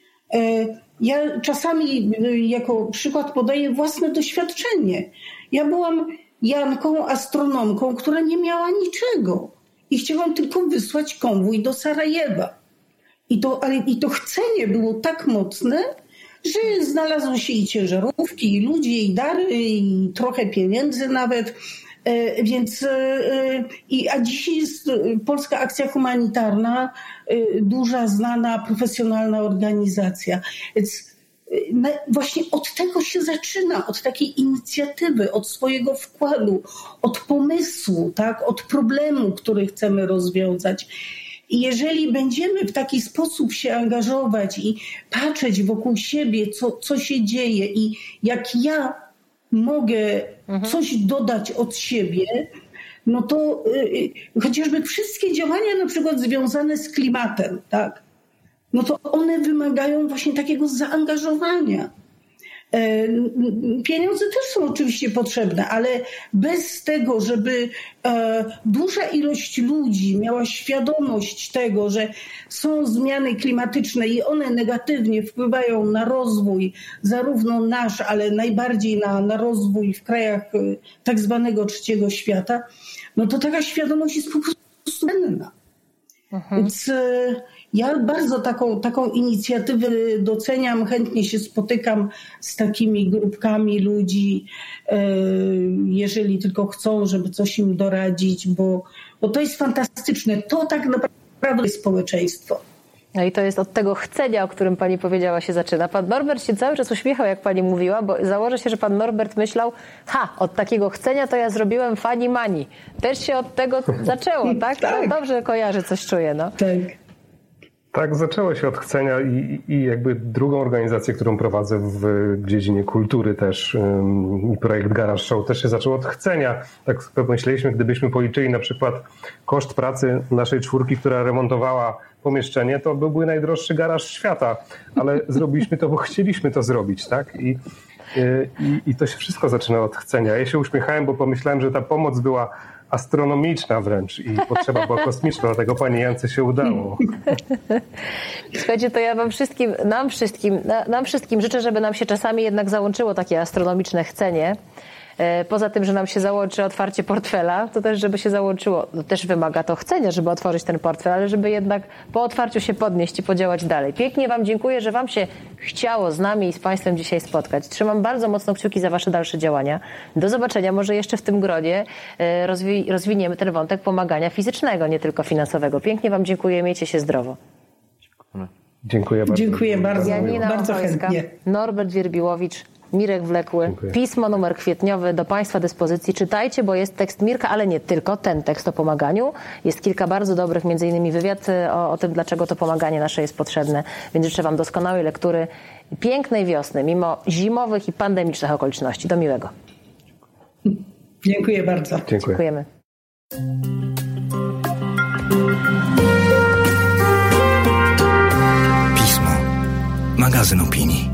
Ja czasami jako przykład podaję własne doświadczenie. Ja byłam Janką astronomką, która nie miała niczego. I chciałam tylko wysłać konwój do Sarajewa. I to, ale, i to chcenie było tak mocne, że znalazły się i ciężarówki, i ludzie, i dary, i trochę pieniędzy nawet. E, więc, e, i, a dzisiaj jest Polska Akcja Humanitarna, e, duża, znana, profesjonalna organizacja. Więc właśnie od tego się zaczyna, od takiej inicjatywy, od swojego wkładu, od pomysłu, tak, od problemu, który chcemy rozwiązać. I jeżeli będziemy w taki sposób się angażować i patrzeć wokół siebie, co, co się dzieje i jak ja mogę mhm. coś dodać od siebie, no to y, chociażby wszystkie działania na przykład związane z klimatem, tak, no to one wymagają właśnie takiego zaangażowania. Pieniądze też są oczywiście potrzebne, ale bez tego, żeby duża ilość ludzi miała świadomość tego, że są zmiany klimatyczne i one negatywnie wpływają na rozwój zarówno nasz, ale najbardziej na, na rozwój w krajach tak zwanego trzeciego świata, no to taka świadomość jest po prostu cenna. Mhm. Więc ja bardzo taką, taką inicjatywę doceniam, chętnie się spotykam z takimi grupkami ludzi, jeżeli tylko chcą, żeby coś im doradzić, bo, bo to jest fantastyczne. To tak naprawdę jest społeczeństwo. No i to jest od tego chcenia, o którym pani powiedziała, się zaczyna. Pan Norbert się cały czas uśmiechał, jak pani mówiła, bo założę się, że pan Norbert myślał, ha, od takiego chcenia to ja zrobiłem Fani Mani. Też się od tego zaczęło, tak? Tak. No, dobrze kojarzę, coś czuję, no. Tak. Tak, zaczęło się od chcenia i, i jakby drugą organizację, którą prowadzę w dziedzinie kultury też, i projekt Garage Show też się zaczął od chcenia. Tak pomyśleliśmy, gdybyśmy policzyli na przykład koszt pracy naszej czwórki, która remontowała pomieszczenie, to byłby najdroższy garaż świata, ale zrobiliśmy to, bo chcieliśmy to zrobić, tak? I, i, i to się wszystko zaczyna od chcenia. Ja się uśmiechałem, bo pomyślałem, że ta pomoc była astronomiczna wręcz i potrzeba była kosmiczna, dlatego pani Jance się udało. Słuchajcie, to ja wam wszystkim, nam wszystkim, nam wszystkim życzę, żeby nam się czasami jednak załączyło takie astronomiczne chcenie. Poza tym, że nam się załączy otwarcie portfela, to też, żeby się załączyło, no też wymaga to chcenia, żeby otworzyć ten portfel, ale żeby jednak po otwarciu się podnieść i podziałać dalej. Pięknie wam dziękuję, że wam się chciało z nami i z państwem dzisiaj spotkać. Trzymam bardzo mocno kciuki za wasze dalsze działania. Do zobaczenia. Może jeszcze w tym gronie rozwi- rozwiniemy ten wątek pomagania fizycznego, nie tylko finansowego. Pięknie wam dziękuję. Miejcie się zdrowo. Dziękuję bardzo. Dziękuję bardzo. Janina bardzo Ochojska, chętnie. Norbert Wierbiłowicz, Mirek Wlekły. Dziękuję. Pismo numer kwietniowy do państwa dyspozycji. Czytajcie, bo jest tekst Mirka, ale nie tylko ten tekst o pomaganiu. Jest kilka bardzo dobrych, między innymi wywiad o, o tym, dlaczego to pomaganie nasze jest potrzebne. Więc życzę wam doskonałej lektury, pięknej wiosny, mimo zimowych i pandemicznych okoliczności. Do miłego. Dziękuję bardzo. Dziękuję. Dziękujemy. Pismo. Magazyn opinii.